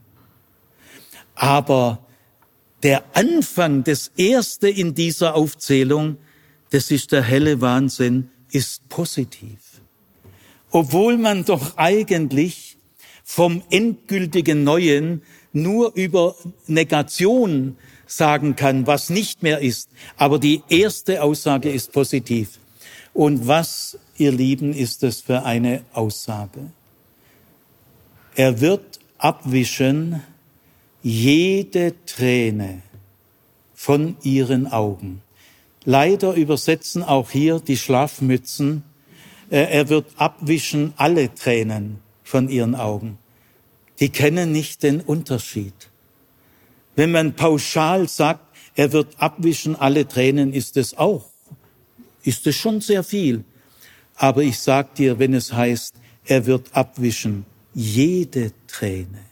Speaker 1: Aber der Anfang, das Erste in dieser Aufzählung, das ist der helle Wahnsinn, ist positiv. Obwohl man doch eigentlich vom endgültigen Neuen nur über Negation sagen kann, was nicht mehr ist. Aber die erste Aussage ist positiv. Und was, ihr Lieben, ist das für eine Aussage? Er wird abwischen jede Träne von ihren Augen. Leider übersetzen auch hier die Schlafmützen, er wird abwischen alle Tränen von ihren Augen. Die kennen nicht den Unterschied. Wenn man pauschal sagt, er wird abwischen alle Tränen, ist es auch, ist es schon sehr viel. Aber ich sag dir, wenn es heißt, er wird abwischen jede Träne,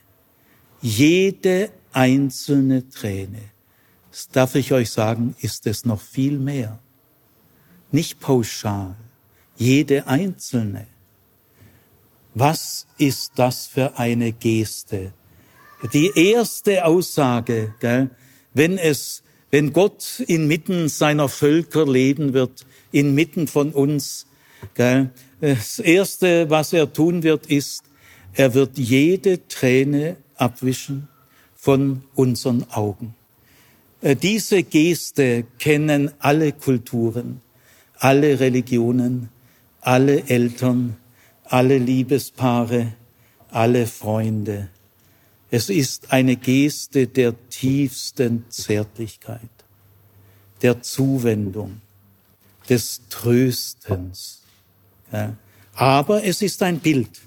Speaker 1: jede einzelne Träne, das darf ich euch sagen, ist es noch viel mehr. Nicht pauschal, jede einzelne. Was ist das für eine Geste? Die erste Aussage, gell, wenn es, wenn Gott inmitten seiner Völker leben wird, inmitten von uns, gell, das erste, was er tun wird, ist, er wird jede Träne abwischen von unseren Augen. Diese Geste kennen alle Kulturen, alle Religionen, alle Eltern, alle Liebespaare, alle Freunde. Es ist eine Geste der tiefsten Zärtlichkeit, der Zuwendung, des Tröstens. Aber es ist ein Bild.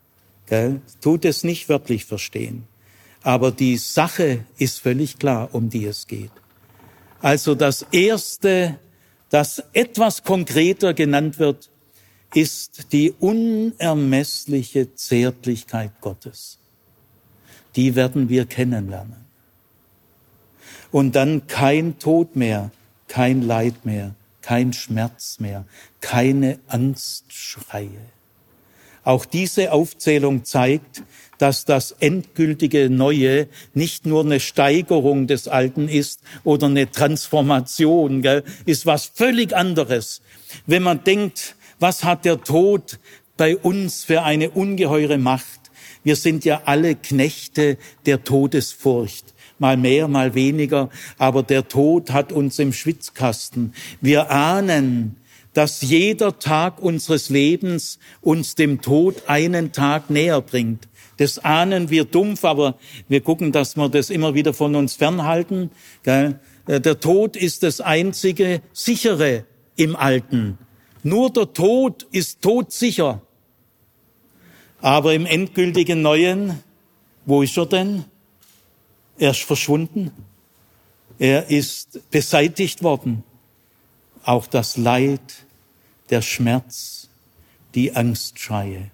Speaker 1: Tut es nicht wörtlich verstehen. Aber die Sache ist völlig klar, um die es geht. Also das Erste, das etwas konkreter genannt wird, ist die unermessliche Zärtlichkeit Gottes. Die werden wir kennenlernen. Und dann kein Tod mehr, kein Leid mehr, kein Schmerz mehr, keine Angstschreie. Auch diese Aufzählung zeigt, dass das endgültige Neue nicht nur eine Steigerung des Alten ist oder eine Transformation, gell, ist was völlig anderes. Wenn man denkt, was hat der Tod bei uns für eine ungeheure Macht? Wir sind ja alle Knechte der Todesfurcht. Mal mehr, mal weniger, aber der Tod hat uns im Schwitzkasten. Wir ahnen, dass jeder Tag unseres Lebens uns dem Tod einen Tag näher bringt. Das ahnen wir dumpf, aber wir gucken, dass wir das immer wieder von uns fernhalten. Der Tod ist das einzige Sichere im Alten. Nur der Tod ist todsicher. Aber im endgültigen Neuen, wo ist er denn? Er ist verschwunden. Er ist beseitigt worden. Auch das Leid, der Schmerz, die Angstschreie.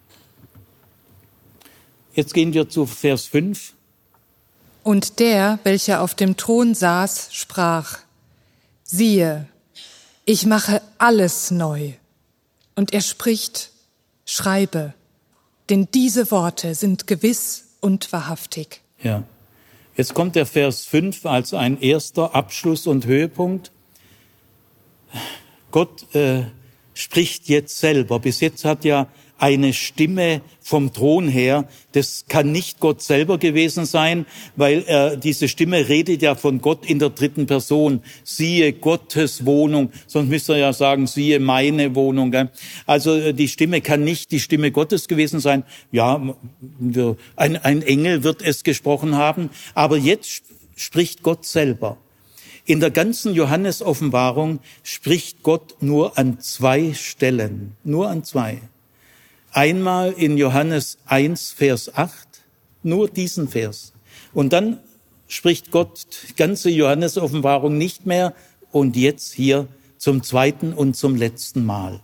Speaker 1: Jetzt gehen wir zu Vers fünf.
Speaker 2: Und der, welcher auf dem Thron saß, sprach: Siehe, ich mache alles neu. Und er spricht: Schreibe, denn diese Worte sind gewiss und wahrhaftig.
Speaker 1: Ja, jetzt kommt der Vers fünf als ein erster Abschluss und Höhepunkt. Gott äh, spricht jetzt selber. Bis jetzt hat ja eine Stimme vom Thron her. Das kann nicht Gott selber gewesen sein, weil äh, diese Stimme redet ja von Gott in der dritten Person. Siehe Gottes Wohnung, sonst müsst ihr ja sagen, siehe meine Wohnung. Gell? Also äh, die Stimme kann nicht die Stimme Gottes gewesen sein. Ja, ein, ein Engel wird es gesprochen haben, aber jetzt spricht Gott selber. In der ganzen Johannes-Offenbarung spricht Gott nur an zwei Stellen, nur an zwei. Einmal in Johannes eins, Vers acht, nur diesen Vers. Und dann spricht Gott die ganze Johannes-Offenbarung nicht mehr und jetzt hier zum zweiten und zum letzten Mal.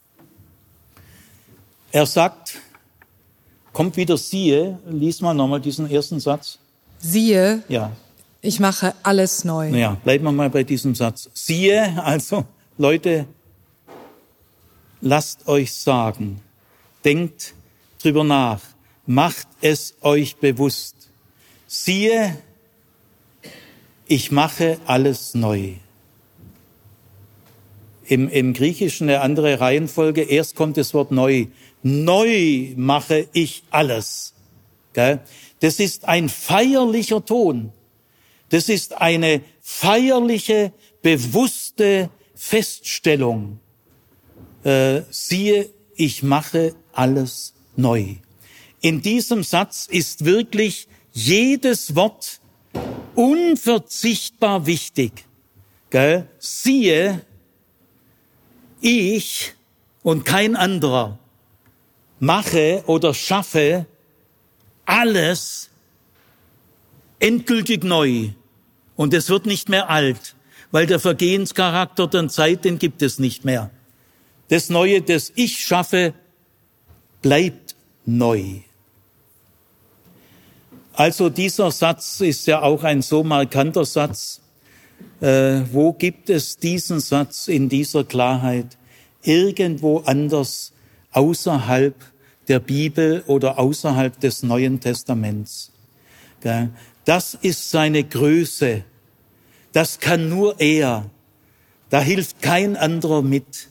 Speaker 1: Er sagt, kommt wieder siehe, lies mal nochmal diesen ersten Satz.
Speaker 2: Siehe,
Speaker 1: ja.
Speaker 2: Ich mache alles neu.
Speaker 1: Ja, bleiben wir mal bei diesem Satz. Siehe, also Leute, lasst euch sagen, denkt drüber nach, macht es euch bewusst. Siehe, ich mache alles neu. Im, im Griechischen eine andere Reihenfolge, erst kommt das Wort neu. Neu mache ich alles. Gell? Das ist ein feierlicher Ton. Das ist eine feierliche, bewusste Feststellung. Äh, siehe, ich mache alles neu. In diesem Satz ist wirklich jedes Wort unverzichtbar wichtig. Gell? Siehe, ich und kein anderer mache oder schaffe alles endgültig neu. Und es wird nicht mehr alt, weil der Vergehenscharakter der Zeit, den gibt es nicht mehr. Das Neue, das ich schaffe, bleibt neu. Also dieser Satz ist ja auch ein so markanter Satz. Äh, wo gibt es diesen Satz in dieser Klarheit? Irgendwo anders, außerhalb der Bibel oder außerhalb des Neuen Testaments. Das ist seine Größe. Das kann nur er. Da hilft kein anderer mit.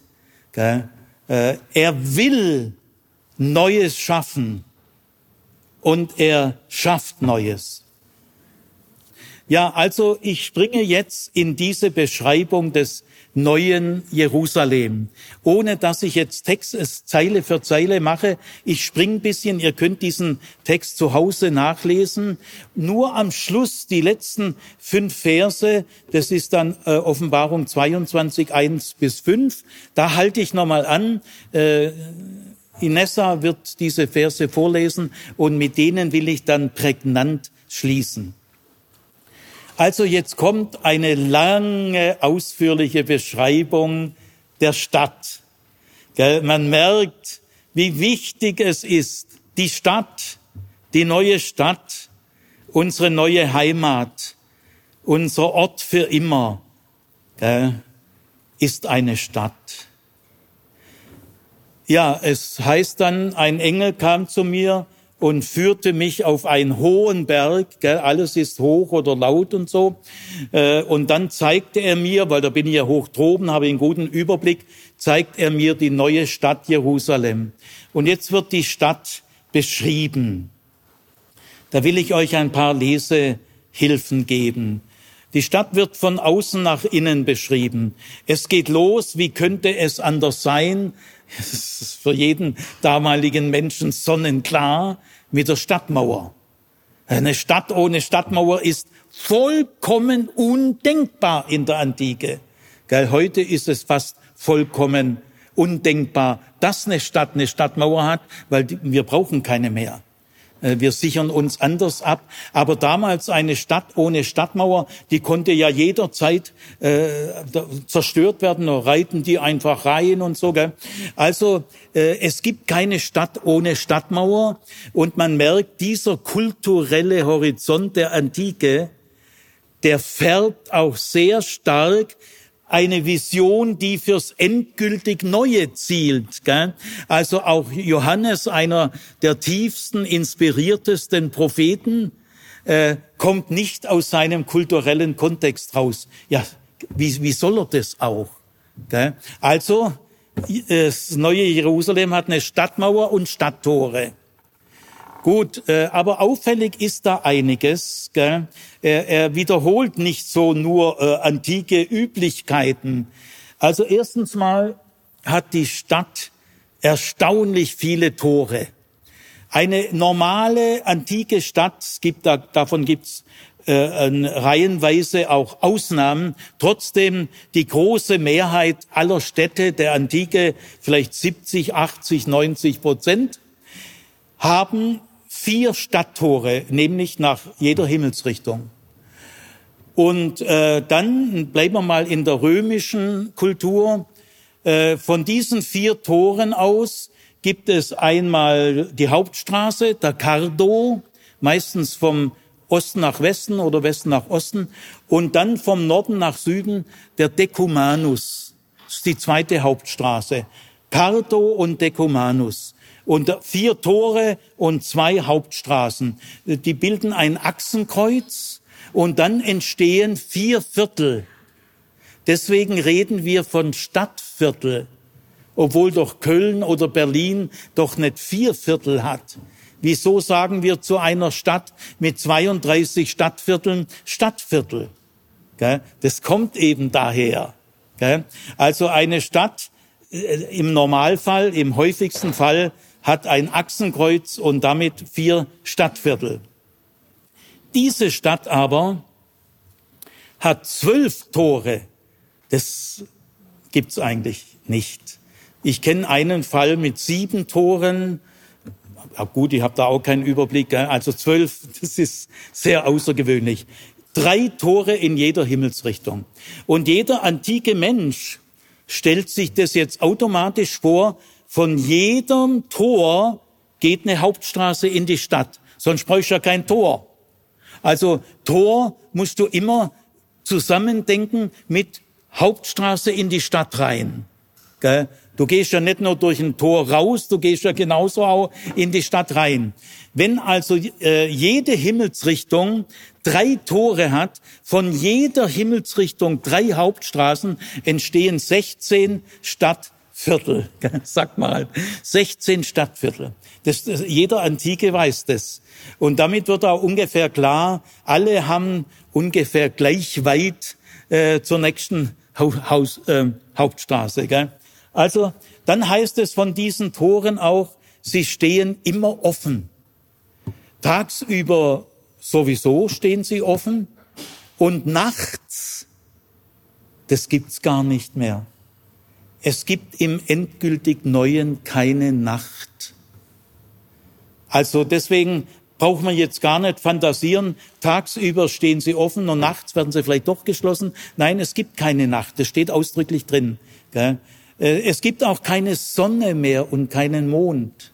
Speaker 1: Er will Neues schaffen und er schafft Neues. Ja, also ich springe jetzt in diese Beschreibung des neuen Jerusalem, ohne dass ich jetzt Text Zeile für Zeile mache. Ich springe ein bisschen, ihr könnt diesen Text zu Hause nachlesen. Nur am Schluss, die letzten fünf Verse, das ist dann äh, Offenbarung zweiundzwanzig, eins bis fünf, da halte ich nochmal an. Äh, Inessa wird diese Verse vorlesen und mit denen will ich dann prägnant schließen. Also jetzt kommt eine lange, ausführliche Beschreibung der Stadt. Man merkt, wie wichtig es ist, die Stadt, die neue Stadt, unsere neue Heimat, unser Ort für immer, ist eine Stadt. Ja, es heißt dann, ein Engel kam zu mir und führte mich auf einen hohen Berg, gell, alles ist hoch oder laut und so. Äh, und dann zeigte er mir, weil da bin ich ja hoch droben, habe einen guten Überblick, zeigt er mir die neue Stadt Jerusalem. Und jetzt wird die Stadt beschrieben. Da will ich euch ein paar Lesehilfen geben. Die Stadt wird von außen nach innen beschrieben. Es geht los, wie könnte es anders sein? Das ist für jeden damaligen Menschen sonnenklar, mit der Stadtmauer. Eine Stadt ohne Stadtmauer ist vollkommen undenkbar in der Antike. Heute ist es fast vollkommen undenkbar, dass eine Stadt eine Stadtmauer hat, weil wir brauchen keine mehr. Wir sichern uns anders ab. Aber damals eine Stadt ohne Stadtmauer, die konnte ja jederzeit äh, zerstört werden. Da reiten die einfach rein und so. Gell? Also äh, es gibt keine Stadt ohne Stadtmauer. Und man merkt, dieser kulturelle Horizont der Antike, der färbt auch sehr stark eine Vision, die fürs endgültig Neue zielt. Gell? Also auch Johannes, einer der tiefsten, inspiriertesten Propheten, äh, kommt nicht aus seinem kulturellen Kontext raus. Ja, wie, wie soll er das auch? Gell? Also das neue Jerusalem hat eine Stadtmauer und Stadttore. Gut, äh, aber auffällig ist da einiges. Gell? Er, er wiederholt nicht so nur äh, antike Üblichkeiten. Also erstens mal hat die Stadt erstaunlich viele Tore. Eine normale antike Stadt, es gibt da, davon gibt's äh, reihenweise auch Ausnahmen. Trotzdem die große Mehrheit aller Städte der Antike, vielleicht siebzig, achtzig, neunzig Prozent, haben vier Stadttore, nämlich nach jeder Himmelsrichtung. Und äh, dann bleiben wir mal in der römischen Kultur. Äh, von diesen vier Toren aus gibt es einmal die Hauptstraße, der Cardo, meistens vom Osten nach Westen oder Westen nach Osten, und dann vom Norden nach Süden der Decumanus. Das ist die zweite Hauptstraße. Cardo und Decumanus. Und vier Tore und zwei Hauptstraßen. Die bilden ein Achsenkreuz und dann entstehen vier Viertel. Deswegen reden wir von Stadtviertel, obwohl doch Köln oder Berlin doch nicht vier Viertel hat. Wieso sagen wir zu einer Stadt mit zweiunddreißig Stadtvierteln Stadtviertel? Das kommt eben daher. Also eine Stadt im Normalfall, im häufigsten Fall, hat ein Achsenkreuz und damit vier Stadtviertel. Diese Stadt aber hat zwölf Tore. Das gibt's eigentlich nicht. Ich kenne einen Fall mit sieben Toren. Ja gut, ich habe da auch keinen Überblick. Also zwölf, das ist sehr außergewöhnlich. Drei Tore in jeder Himmelsrichtung. Und jeder antike Mensch stellt sich das jetzt automatisch vor, von jedem Tor geht eine Hauptstraße in die Stadt. Sonst bräuchst du ja kein Tor. Also Tor musst du immer zusammendenken mit Hauptstraße in die Stadt rein. Gell? Du gehst ja nicht nur durch ein Tor raus, du gehst ja genauso auch in die Stadt rein. Wenn also äh, jede Himmelsrichtung drei Tore hat, von jeder Himmelsrichtung drei Hauptstraßen, entstehen sechzehn Stadtviertel. Sag mal, sechzehn Stadtviertel. Das, das, jeder Antike weiß das. Und damit wird auch ungefähr klar, alle haben ungefähr gleich weit äh, zur nächsten Haus, äh, Hauptstraße. Gell? Also dann heißt es von diesen Toren auch, sie stehen immer offen. Tagsüber sowieso stehen sie offen und nachts, das gibt's gar nicht mehr. Es gibt im endgültig Neuen keine Nacht. Also deswegen braucht man jetzt gar nicht fantasieren, tagsüber stehen sie offen und nachts werden sie vielleicht doch geschlossen. Nein, es gibt keine Nacht, das steht ausdrücklich drin. Gell? Es gibt auch keine Sonne mehr und keinen Mond,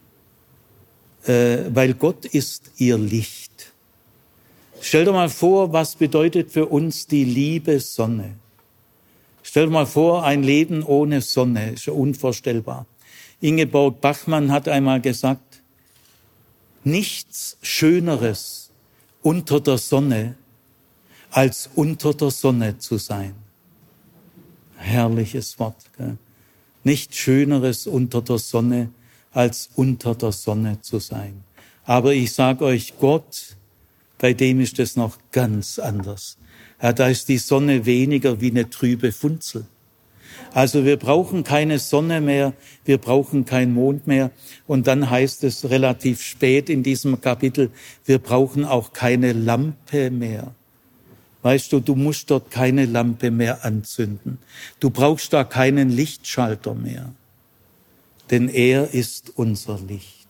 Speaker 1: weil Gott ist ihr Licht. Stell dir mal vor, was bedeutet für uns die liebe Sonne. Stell dir mal vor, ein Leben ohne Sonne, ist ja unvorstellbar. Ingeborg Bachmann hat einmal gesagt, nichts Schöneres unter der Sonne, als unter der Sonne zu sein. Herrliches Wort. Gell? Nichts Schöneres unter der Sonne, als unter der Sonne zu sein. Aber ich sage euch, Gott, bei dem ist es noch ganz anders. Ja, da ist die Sonne weniger wie eine trübe Funzel. Also wir brauchen keine Sonne mehr, wir brauchen keinen Mond mehr. Und dann heißt es relativ spät in diesem Kapitel, wir brauchen auch keine Lampe mehr. Weißt du, du musst dort keine Lampe mehr anzünden. Du brauchst da keinen Lichtschalter mehr. Denn er ist unser Licht.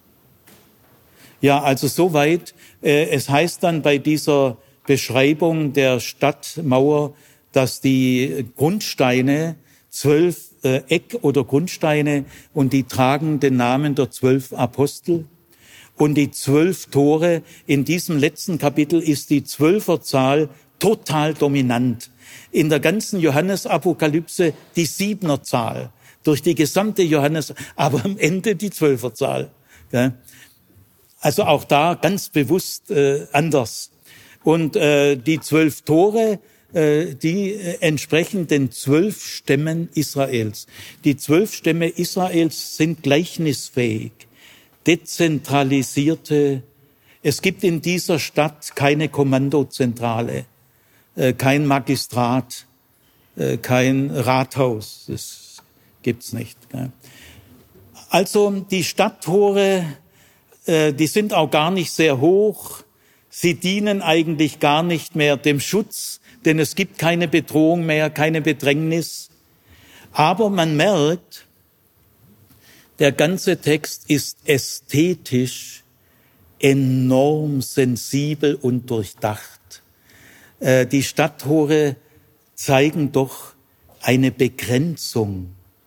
Speaker 1: Ja, also soweit. Äh, es heißt dann bei dieser Beschreibung der Stadtmauer, dass die Grundsteine, zwölf äh, Eck- oder Grundsteine, und die tragen den Namen der zwölf Apostel. Und die zwölf Tore, in diesem letzten Kapitel ist die Zwölferzahl total dominant. In der ganzen Johannesapokalypse die Siebenerzahl. Durch die gesamte Johannes, aber am Ende die Zwölferzahl. Also auch da ganz bewusst äh, anders. Und äh, die zwölf Tore die entsprechen den zwölf Stämmen Israels. Die zwölf Stämme Israels sind gleichnisfähig, dezentralisierte. Es gibt in dieser Stadt keine Kommandozentrale, kein Magistrat, kein Rathaus. Das gibt's nicht. Also die Stadttore, die sind auch gar nicht sehr hoch. Sie dienen eigentlich gar nicht mehr dem Schutz, denn es gibt keine Bedrohung mehr, keine Bedrängnis. Aber man merkt, der ganze Text ist ästhetisch enorm sensibel und durchdacht. Die Stadttore zeigen doch eine Begrenzung.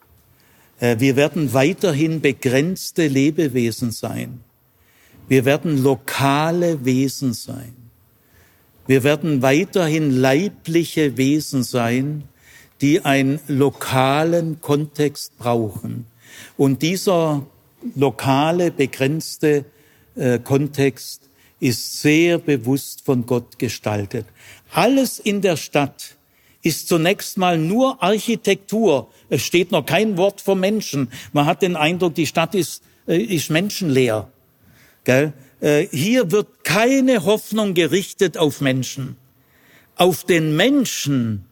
Speaker 1: Wir werden weiterhin begrenzte Lebewesen sein. Wir werden lokale Wesen sein. Wir werden weiterhin leibliche Wesen sein, die einen lokalen Kontext brauchen. Und dieser lokale, begrenzte äh, Kontext ist sehr bewusst von Gott gestaltet. Alles in der Stadt ist zunächst mal nur Architektur. Es steht noch kein Wort vom Menschen. Man hat den Eindruck, die Stadt ist, äh, ist menschenleer. Gell? Hier wird keine Hoffnung gerichtet auf Menschen. Auf den Menschen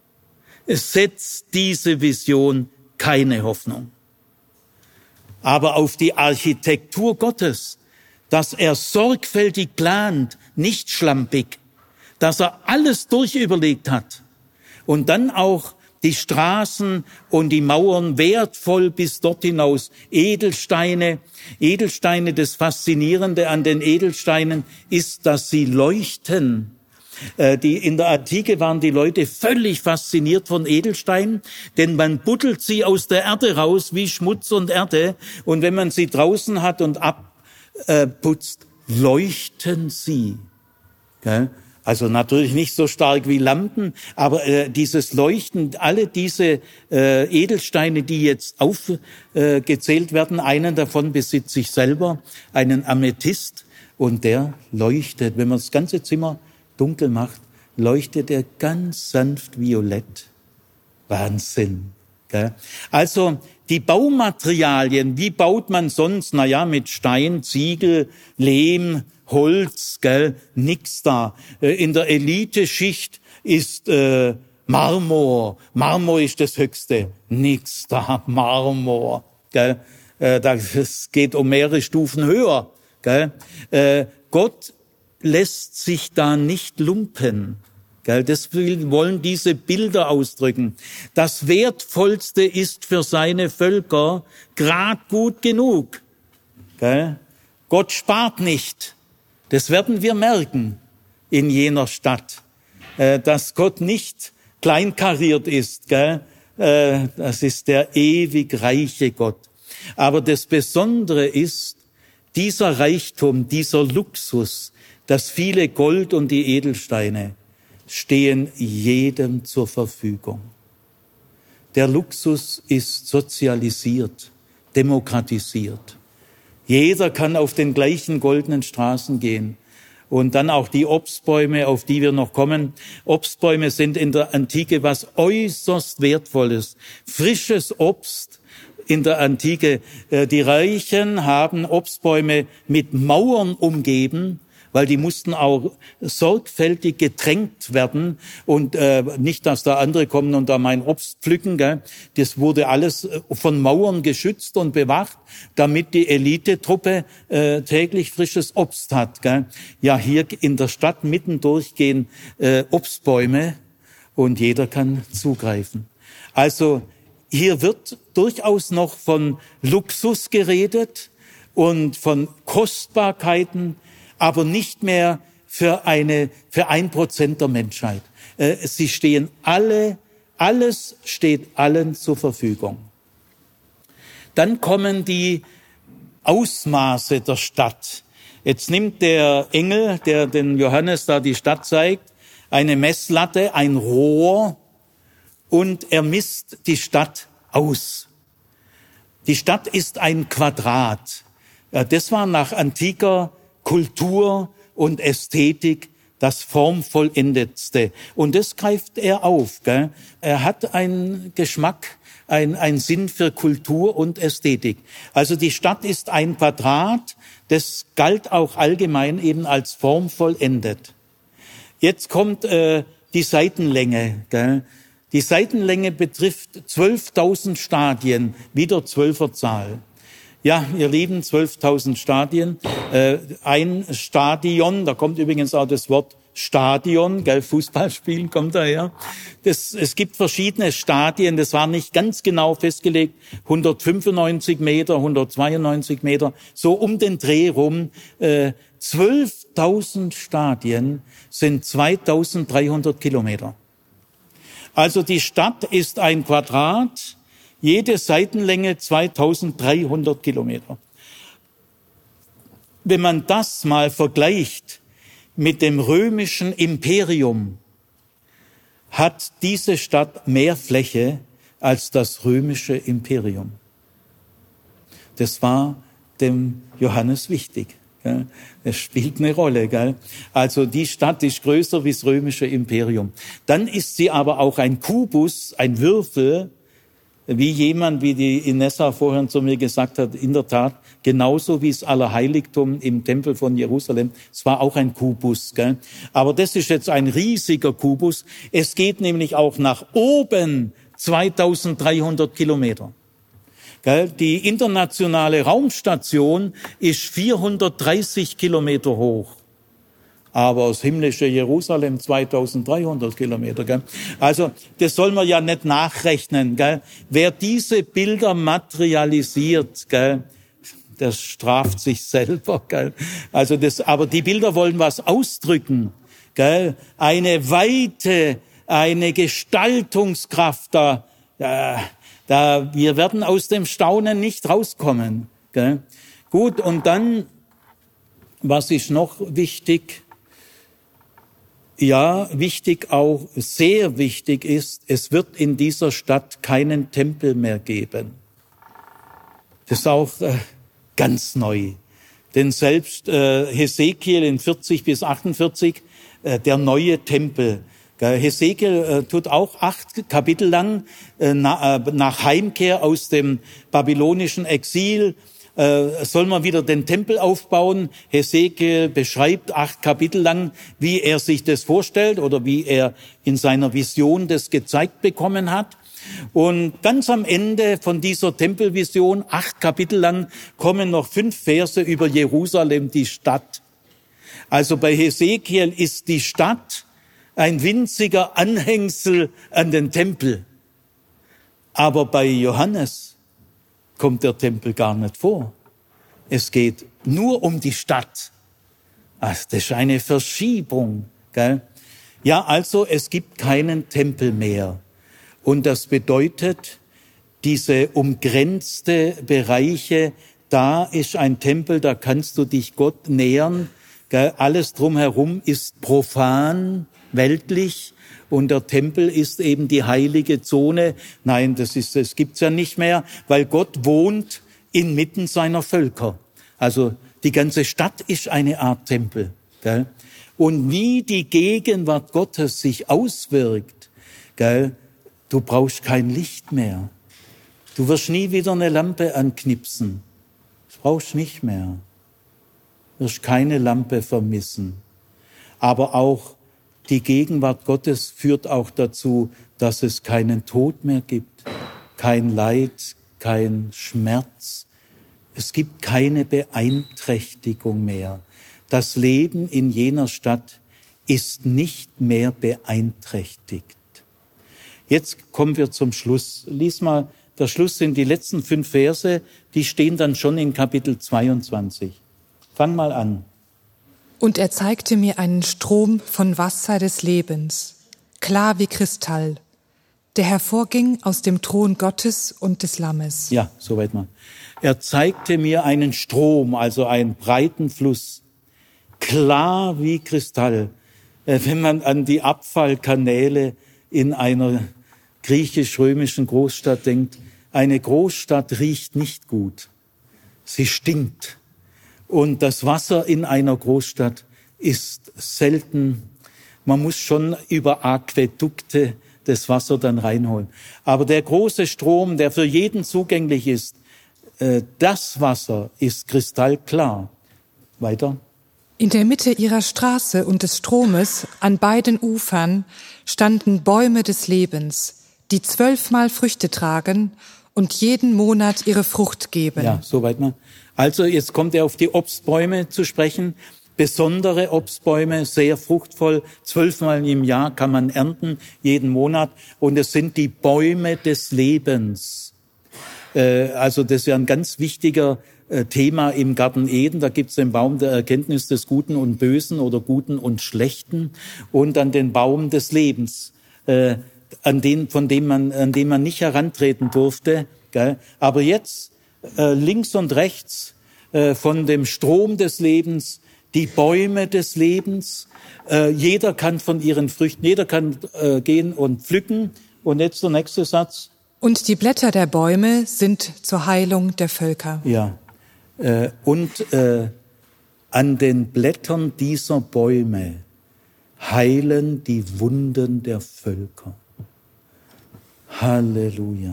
Speaker 1: setzt diese Vision keine Hoffnung. Aber auf die Architektur Gottes, dass er sorgfältig plant, nicht schlampig, dass er alles durchüberlegt hat und dann auch die Straßen und die Mauern wertvoll bis dort hinaus. Edelsteine, Edelsteine, das Faszinierende an den Edelsteinen ist, dass sie leuchten. Äh, die, in der Antike waren die Leute völlig fasziniert von Edelsteinen, denn man buddelt sie aus der Erde raus wie Schmutz und Erde. Und wenn man sie draußen hat und abputzt, äh, leuchten sie. Gell? Also natürlich nicht so stark wie Lampen, aber äh, dieses Leuchten, alle diese äh, Edelsteine, die jetzt aufgezählt äh, werden, einen davon besitze ich selber, einen Amethyst, und der leuchtet, wenn man das ganze Zimmer dunkel macht, leuchtet er ganz sanft violett. Wahnsinn. Gell? Also die Baumaterialien, wie baut man sonst? Na ja, mit Stein, Ziegel, Lehm, Holz, gell, nix da. In der Eliteschicht ist äh, Marmor. Marmor ist das Höchste. Nix da, Marmor. Gell. Äh, das geht um mehrere Stufen höher. Gell. Äh, Gott lässt sich da nicht lumpen. Gell. Das wollen diese Bilder ausdrücken. Das Wertvollste ist für seine Völker grad gut genug. Gell. Gott spart nicht. Das werden wir merken in jener Stadt, dass Gott nicht kleinkariert ist. Gell? Das ist der ewig reiche Gott. Aber das Besondere ist, dieser Reichtum, dieser Luxus, das viele Gold und die Edelsteine stehen jedem zur Verfügung. Der Luxus ist sozialisiert, demokratisiert. Jeder kann auf den gleichen goldenen Straßen gehen. Und dann auch die Obstbäume, auf die wir noch kommen. Obstbäume sind in der Antike was äußerst Wertvolles. Frisches Obst in der Antike. Die Reichen haben Obstbäume mit Mauern umgeben, weil die mussten auch sorgfältig getränkt werden und äh, nicht, dass da andere kommen und da mein Obst pflücken. Gell? Das wurde alles von Mauern geschützt und bewacht, damit die Elitetruppe äh, täglich frisches Obst hat. Gell? Ja, hier in der Stadt mitten durchgehen äh, Obstbäume und jeder kann zugreifen. Also hier wird durchaus noch von Luxus geredet und von Kostbarkeiten, aber nicht mehr für eine, für ein Prozent der Menschheit. Äh, sie stehen alle, alles steht allen zur Verfügung. Dann kommen die Ausmaße der Stadt. Jetzt nimmt der Engel, der den Johannes da die Stadt zeigt, eine Messlatte, ein Rohr, und er misst die Stadt aus. Die Stadt ist ein Quadrat. Das war nach antiker Kultur und Ästhetik das Formvollendetste. Und das greift er auf. Gell? Er hat einen Geschmack, ein, ein Sinn für Kultur und Ästhetik. Also die Stadt ist ein Quadrat, das galt auch allgemein eben als formvollendet. Jetzt kommt äh, die Seitenlänge. Gell? Die Seitenlänge betrifft zwölftausend Stadien, wieder Zwölferzahl. Ja, ihr Lieben, zwölftausend Stadien. Äh, ein Stadion, da kommt übrigens auch das Wort Stadion, gell, Fußballspielen kommt daher. Das, es gibt verschiedene Stadien, das war nicht ganz genau festgelegt, hundertfünfundneunzig Meter, hundertzweiundneunzig Meter, so um den Dreh rum. Äh, zwölftausend Stadien sind zweitausenddreihundert Kilometer. Also die Stadt ist ein Quadrat, jede Seitenlänge zweitausenddreihundert Kilometer. Wenn man das mal vergleicht mit dem römischen Imperium, hat diese Stadt mehr Fläche als das römische Imperium. Das war dem Johannes wichtig. Gell? Das spielt eine Rolle. Gell? Also die Stadt ist größer wie das römische Imperium. Dann ist sie aber auch ein Kubus, ein Würfel, wie jemand, wie die Inessa vorhin zu mir gesagt hat, in der Tat, genauso wie das Allerheiligtum im Tempel von Jerusalem. Es war auch ein Kubus. Gell? Aber das ist jetzt ein riesiger Kubus. Es geht nämlich auch nach oben zweitausenddreihundert Kilometer. Die internationale Raumstation ist vierhundertdreißig Kilometer hoch. Aber das himmlische Jerusalem zweitausenddreihundert Kilometer. Gell? Also das soll man ja nicht nachrechnen. Gell? Wer diese Bilder materialisiert, gell, der straft sich selber. Gell? Also das, aber die Bilder wollen was ausdrücken. Gell? Eine Weite, eine Gestaltungskraft da. Ja, Da, wir werden aus dem Staunen nicht rauskommen. Gell? Gut, und dann, was ist noch wichtig? Ja, wichtig auch, sehr wichtig ist, es wird in dieser Stadt keinen Tempel mehr geben. Das ist auch äh, ganz neu. Denn selbst äh, Hesekiel in vierzig bis achtundvierzig, äh, der neue Tempel, Hesekiel äh, tut auch acht Kapitel lang äh, na, äh, nach Heimkehr aus dem babylonischen Exil äh, soll man wieder den Tempel aufbauen. Hesekiel beschreibt acht Kapitel lang, wie er sich das vorstellt oder wie er in seiner Vision das gezeigt bekommen hat. Und ganz am Ende von dieser Tempelvision, acht Kapitel lang, kommen noch fünf Verse über Jerusalem, die Stadt. Also bei Hesekiel ist die Stadt ein winziger Anhängsel an den Tempel. Aber bei Johannes kommt der Tempel gar nicht vor. Es geht nur um die Stadt. Ach, das ist eine Verschiebung. Gell? Ja, also es gibt keinen Tempel mehr. Und das bedeutet, diese umgrenzte Bereiche, da ist ein Tempel, da kannst du dich Gott nähern. Gell? Alles drumherum ist profan, weltlich, und der Tempel ist eben die heilige Zone. Nein, das ist, das gibt's ja nicht mehr, weil Gott wohnt inmitten seiner Völker. Also die ganze Stadt ist eine Art Tempel. Gell? Und wie die Gegenwart Gottes sich auswirkt, gell? Du brauchst kein Licht mehr. Du wirst nie wieder eine Lampe anknipsen. Das brauchst nicht mehr. Du wirst keine Lampe vermissen. Aber auch die Gegenwart Gottes führt auch dazu, dass es keinen Tod mehr gibt, kein Leid, kein Schmerz. Es gibt keine Beeinträchtigung mehr. Das Leben in jener Stadt ist nicht mehr beeinträchtigt. Jetzt kommen wir zum Schluss. Lies mal, der Schluss sind die letzten fünf Verse, die stehen dann schon in Kapitel zweiundzwanzig. Fang mal an.
Speaker 2: Und er zeigte mir einen Strom von Wasser des Lebens, klar wie Kristall, der hervorging aus dem Thron Gottes und des Lammes.
Speaker 1: Ja, soweit mal. Er zeigte mir einen Strom, also einen breiten Fluss, klar wie Kristall. Wenn man an die Abfallkanäle in einer griechisch-römischen Großstadt denkt, eine Großstadt riecht nicht gut. Sie stinkt. Und das Wasser in einer Großstadt ist selten Man muss schon über Aquädukte das Wasser dann reinholen. Aber der große Strom, der für jeden zugänglich ist, äh, das Wasser ist kristallklar. Weiter.
Speaker 2: In der Mitte ihrer Straße und des Stromes an beiden Ufern standen Bäume des Lebens, die zwölfmal Früchte tragen und jeden Monat ihre Frucht geben.
Speaker 1: Ja, soweit mal. Also jetzt kommt er auf die Obstbäume zu sprechen. Besondere Obstbäume, sehr fruchtvoll. Zwölfmal im Jahr kann man ernten, jeden Monat. Und es sind die Bäume des Lebens. Äh, also das ist ja ein ganz wichtiger äh, Thema im Garten Eden. Da gibt es den Baum der Erkenntnis des Guten und Bösen oder Guten und Schlechten. Und dann den Baum des Lebens, äh, an den, von dem man, an dem man nicht herantreten durfte. Gell? Aber jetzt äh, links und rechts äh, von dem Strom des Lebens die Bäume des Lebens. Äh, jeder kann von ihren Früchten, jeder kann äh, gehen und pflücken. Und jetzt der nächste Satz.
Speaker 2: Und die Blätter der Bäume sind zur Heilung der Völker.
Speaker 1: Ja. Äh, und äh, an den Blättern dieser Bäume heilen die Wunden der Völker. Halleluja.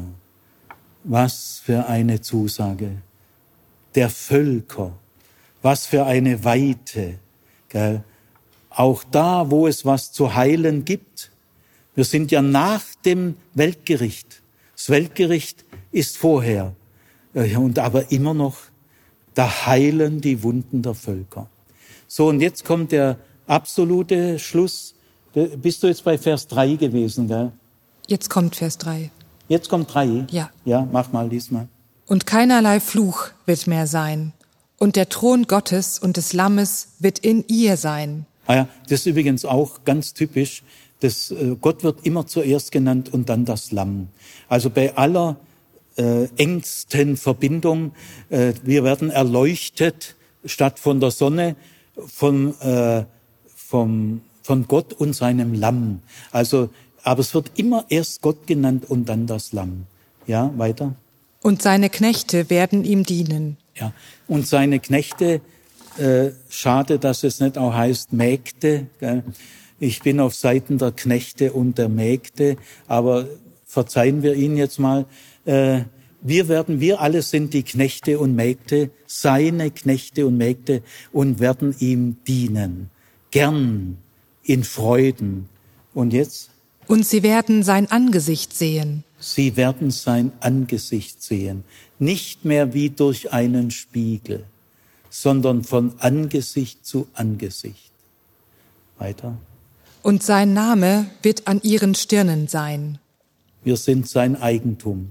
Speaker 1: Was für eine Zusage. Der Völker. Was für eine Weite, gell? Auch da, wo es was zu heilen gibt. Wir sind ja nach dem Weltgericht. Das Weltgericht ist vorher. Und aber immer noch, da heilen die Wunden der Völker. So, und jetzt kommt der absolute Schluss. Bist du jetzt bei Vers drei gewesen, gell?
Speaker 2: Jetzt kommt Vers drei.
Speaker 1: Jetzt kommt drei?
Speaker 2: Ja.
Speaker 1: Ja, mach mal, lies mal.
Speaker 2: Und keinerlei Fluch wird mehr sein. Und der Thron Gottes und des Lammes wird in ihr sein.
Speaker 1: Ah ja, das ist übrigens auch ganz typisch. Das, äh, Gott wird immer zuerst genannt und dann das Lamm. Also bei aller äh, engsten Verbindung, äh, wir werden erleuchtet statt von der Sonne, von, äh, vom, von Gott und seinem Lamm. Also, aber es wird immer erst Gott genannt und dann das Lamm. Ja, weiter.
Speaker 2: Und seine Knechte werden ihm dienen.
Speaker 1: Ja, und seine Knechte, äh, schade, dass es nicht auch heißt Mägde. Gell? Ich bin auf Seiten der Knechte und der Mägde, aber verzeihen wir ihnen jetzt mal. Äh, wir werden, wir alle sind die Knechte und Mägde, seine Knechte und Mägde und werden ihm dienen. Gern, in Freuden. Und jetzt?
Speaker 2: Und sie werden sein Angesicht sehen.
Speaker 1: Sie werden sein Angesicht sehen, nicht mehr wie durch einen Spiegel, sondern von Angesicht zu Angesicht. Weiter.
Speaker 2: Und sein Name wird an ihren Stirnen sein.
Speaker 1: Wir sind sein Eigentum.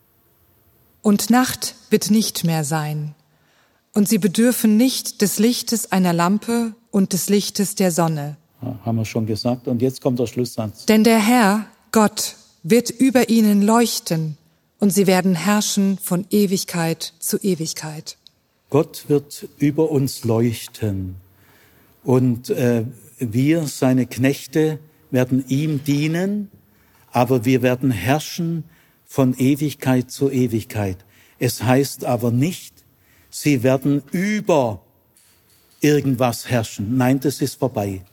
Speaker 2: Und Nacht wird nicht mehr sein. Und sie bedürfen nicht des Lichtes einer Lampe und des Lichtes der Sonne.
Speaker 1: Ja, haben wir schon gesagt. Und jetzt kommt der Schlusssatz.
Speaker 2: Denn der Herr, Gott, wird über ihnen leuchten und sie werden herrschen von Ewigkeit zu Ewigkeit.
Speaker 1: Gott wird über uns leuchten und äh, wir, seine Knechte, werden ihm dienen, aber wir werden herrschen von Ewigkeit zu Ewigkeit. Es heißt aber nicht, sie werden über irgendwas herrschen. Nein, das ist vorbei.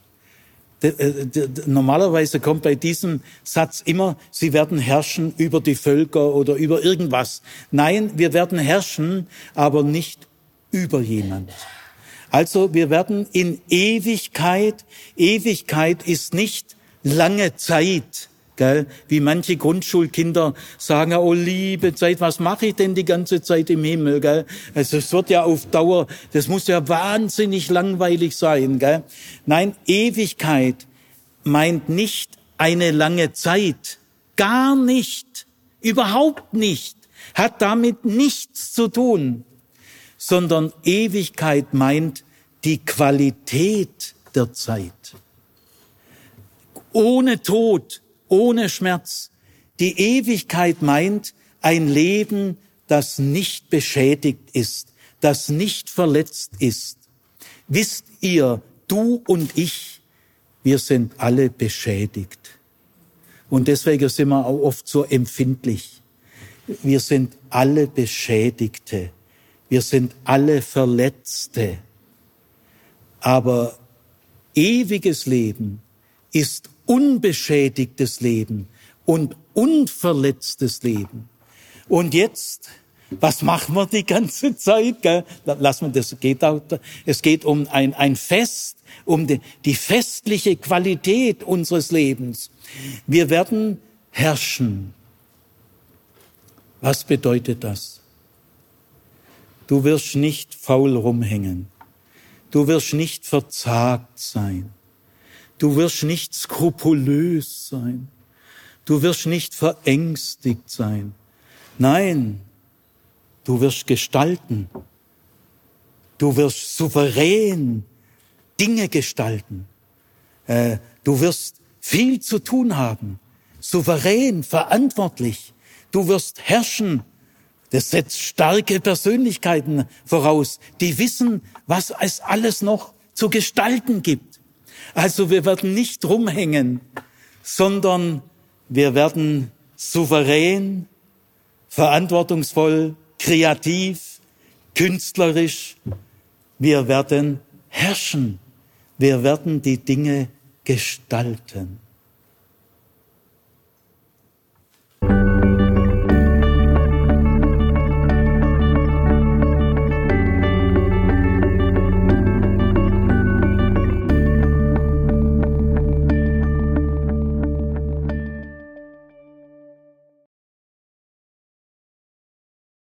Speaker 1: Normalerweise kommt bei diesem Satz immer, sie werden herrschen über die Völker oder über irgendwas. Nein, wir werden herrschen, aber nicht über jemand. Also wir werden in Ewigkeit, Ewigkeit ist nicht lange Zeit, gell? Wie manche Grundschulkinder sagen, oh liebe Zeit, was mache ich denn die ganze Zeit im Himmel? Gell? Also es wird ja auf Dauer, das muss ja wahnsinnig langweilig sein. Gell? Nein, Ewigkeit meint nicht eine lange Zeit, gar nicht, überhaupt nicht, hat damit nichts zu tun, sondern Ewigkeit meint die Qualität der Zeit. Ohne Tod, ohne Schmerz. Die Ewigkeit meint ein Leben, das nicht beschädigt ist, das nicht verletzt ist. Wisst ihr, du und ich, wir sind alle beschädigt. Und deswegen sind wir auch oft so empfindlich. Wir sind alle Beschädigte. Wir sind alle Verletzte. Aber ewiges Leben, ist unbeschädigtes Leben und unverletztes Leben. Und jetzt, was machen wir die ganze Zeit? Gell? Lass mal das, geht auch, es geht um ein, ein Fest, um die, die festliche Qualität unseres Lebens. Wir werden herrschen. Was bedeutet das? Du wirst nicht faul rumhängen. Du wirst nicht verzagt sein. Du wirst nicht skrupulös sein. Du wirst nicht verängstigt sein. Nein, du wirst gestalten. Du wirst souverän Dinge gestalten. Äh, du wirst viel zu tun haben. Souverän, verantwortlich. Du wirst herrschen. Das setzt starke Persönlichkeiten voraus, die wissen, was es alles noch zu gestalten gibt. Also wir werden nicht rumhängen, sondern wir werden souverän, verantwortungsvoll, kreativ, künstlerisch. Wir werden herrschen. Wir werden die Dinge gestalten.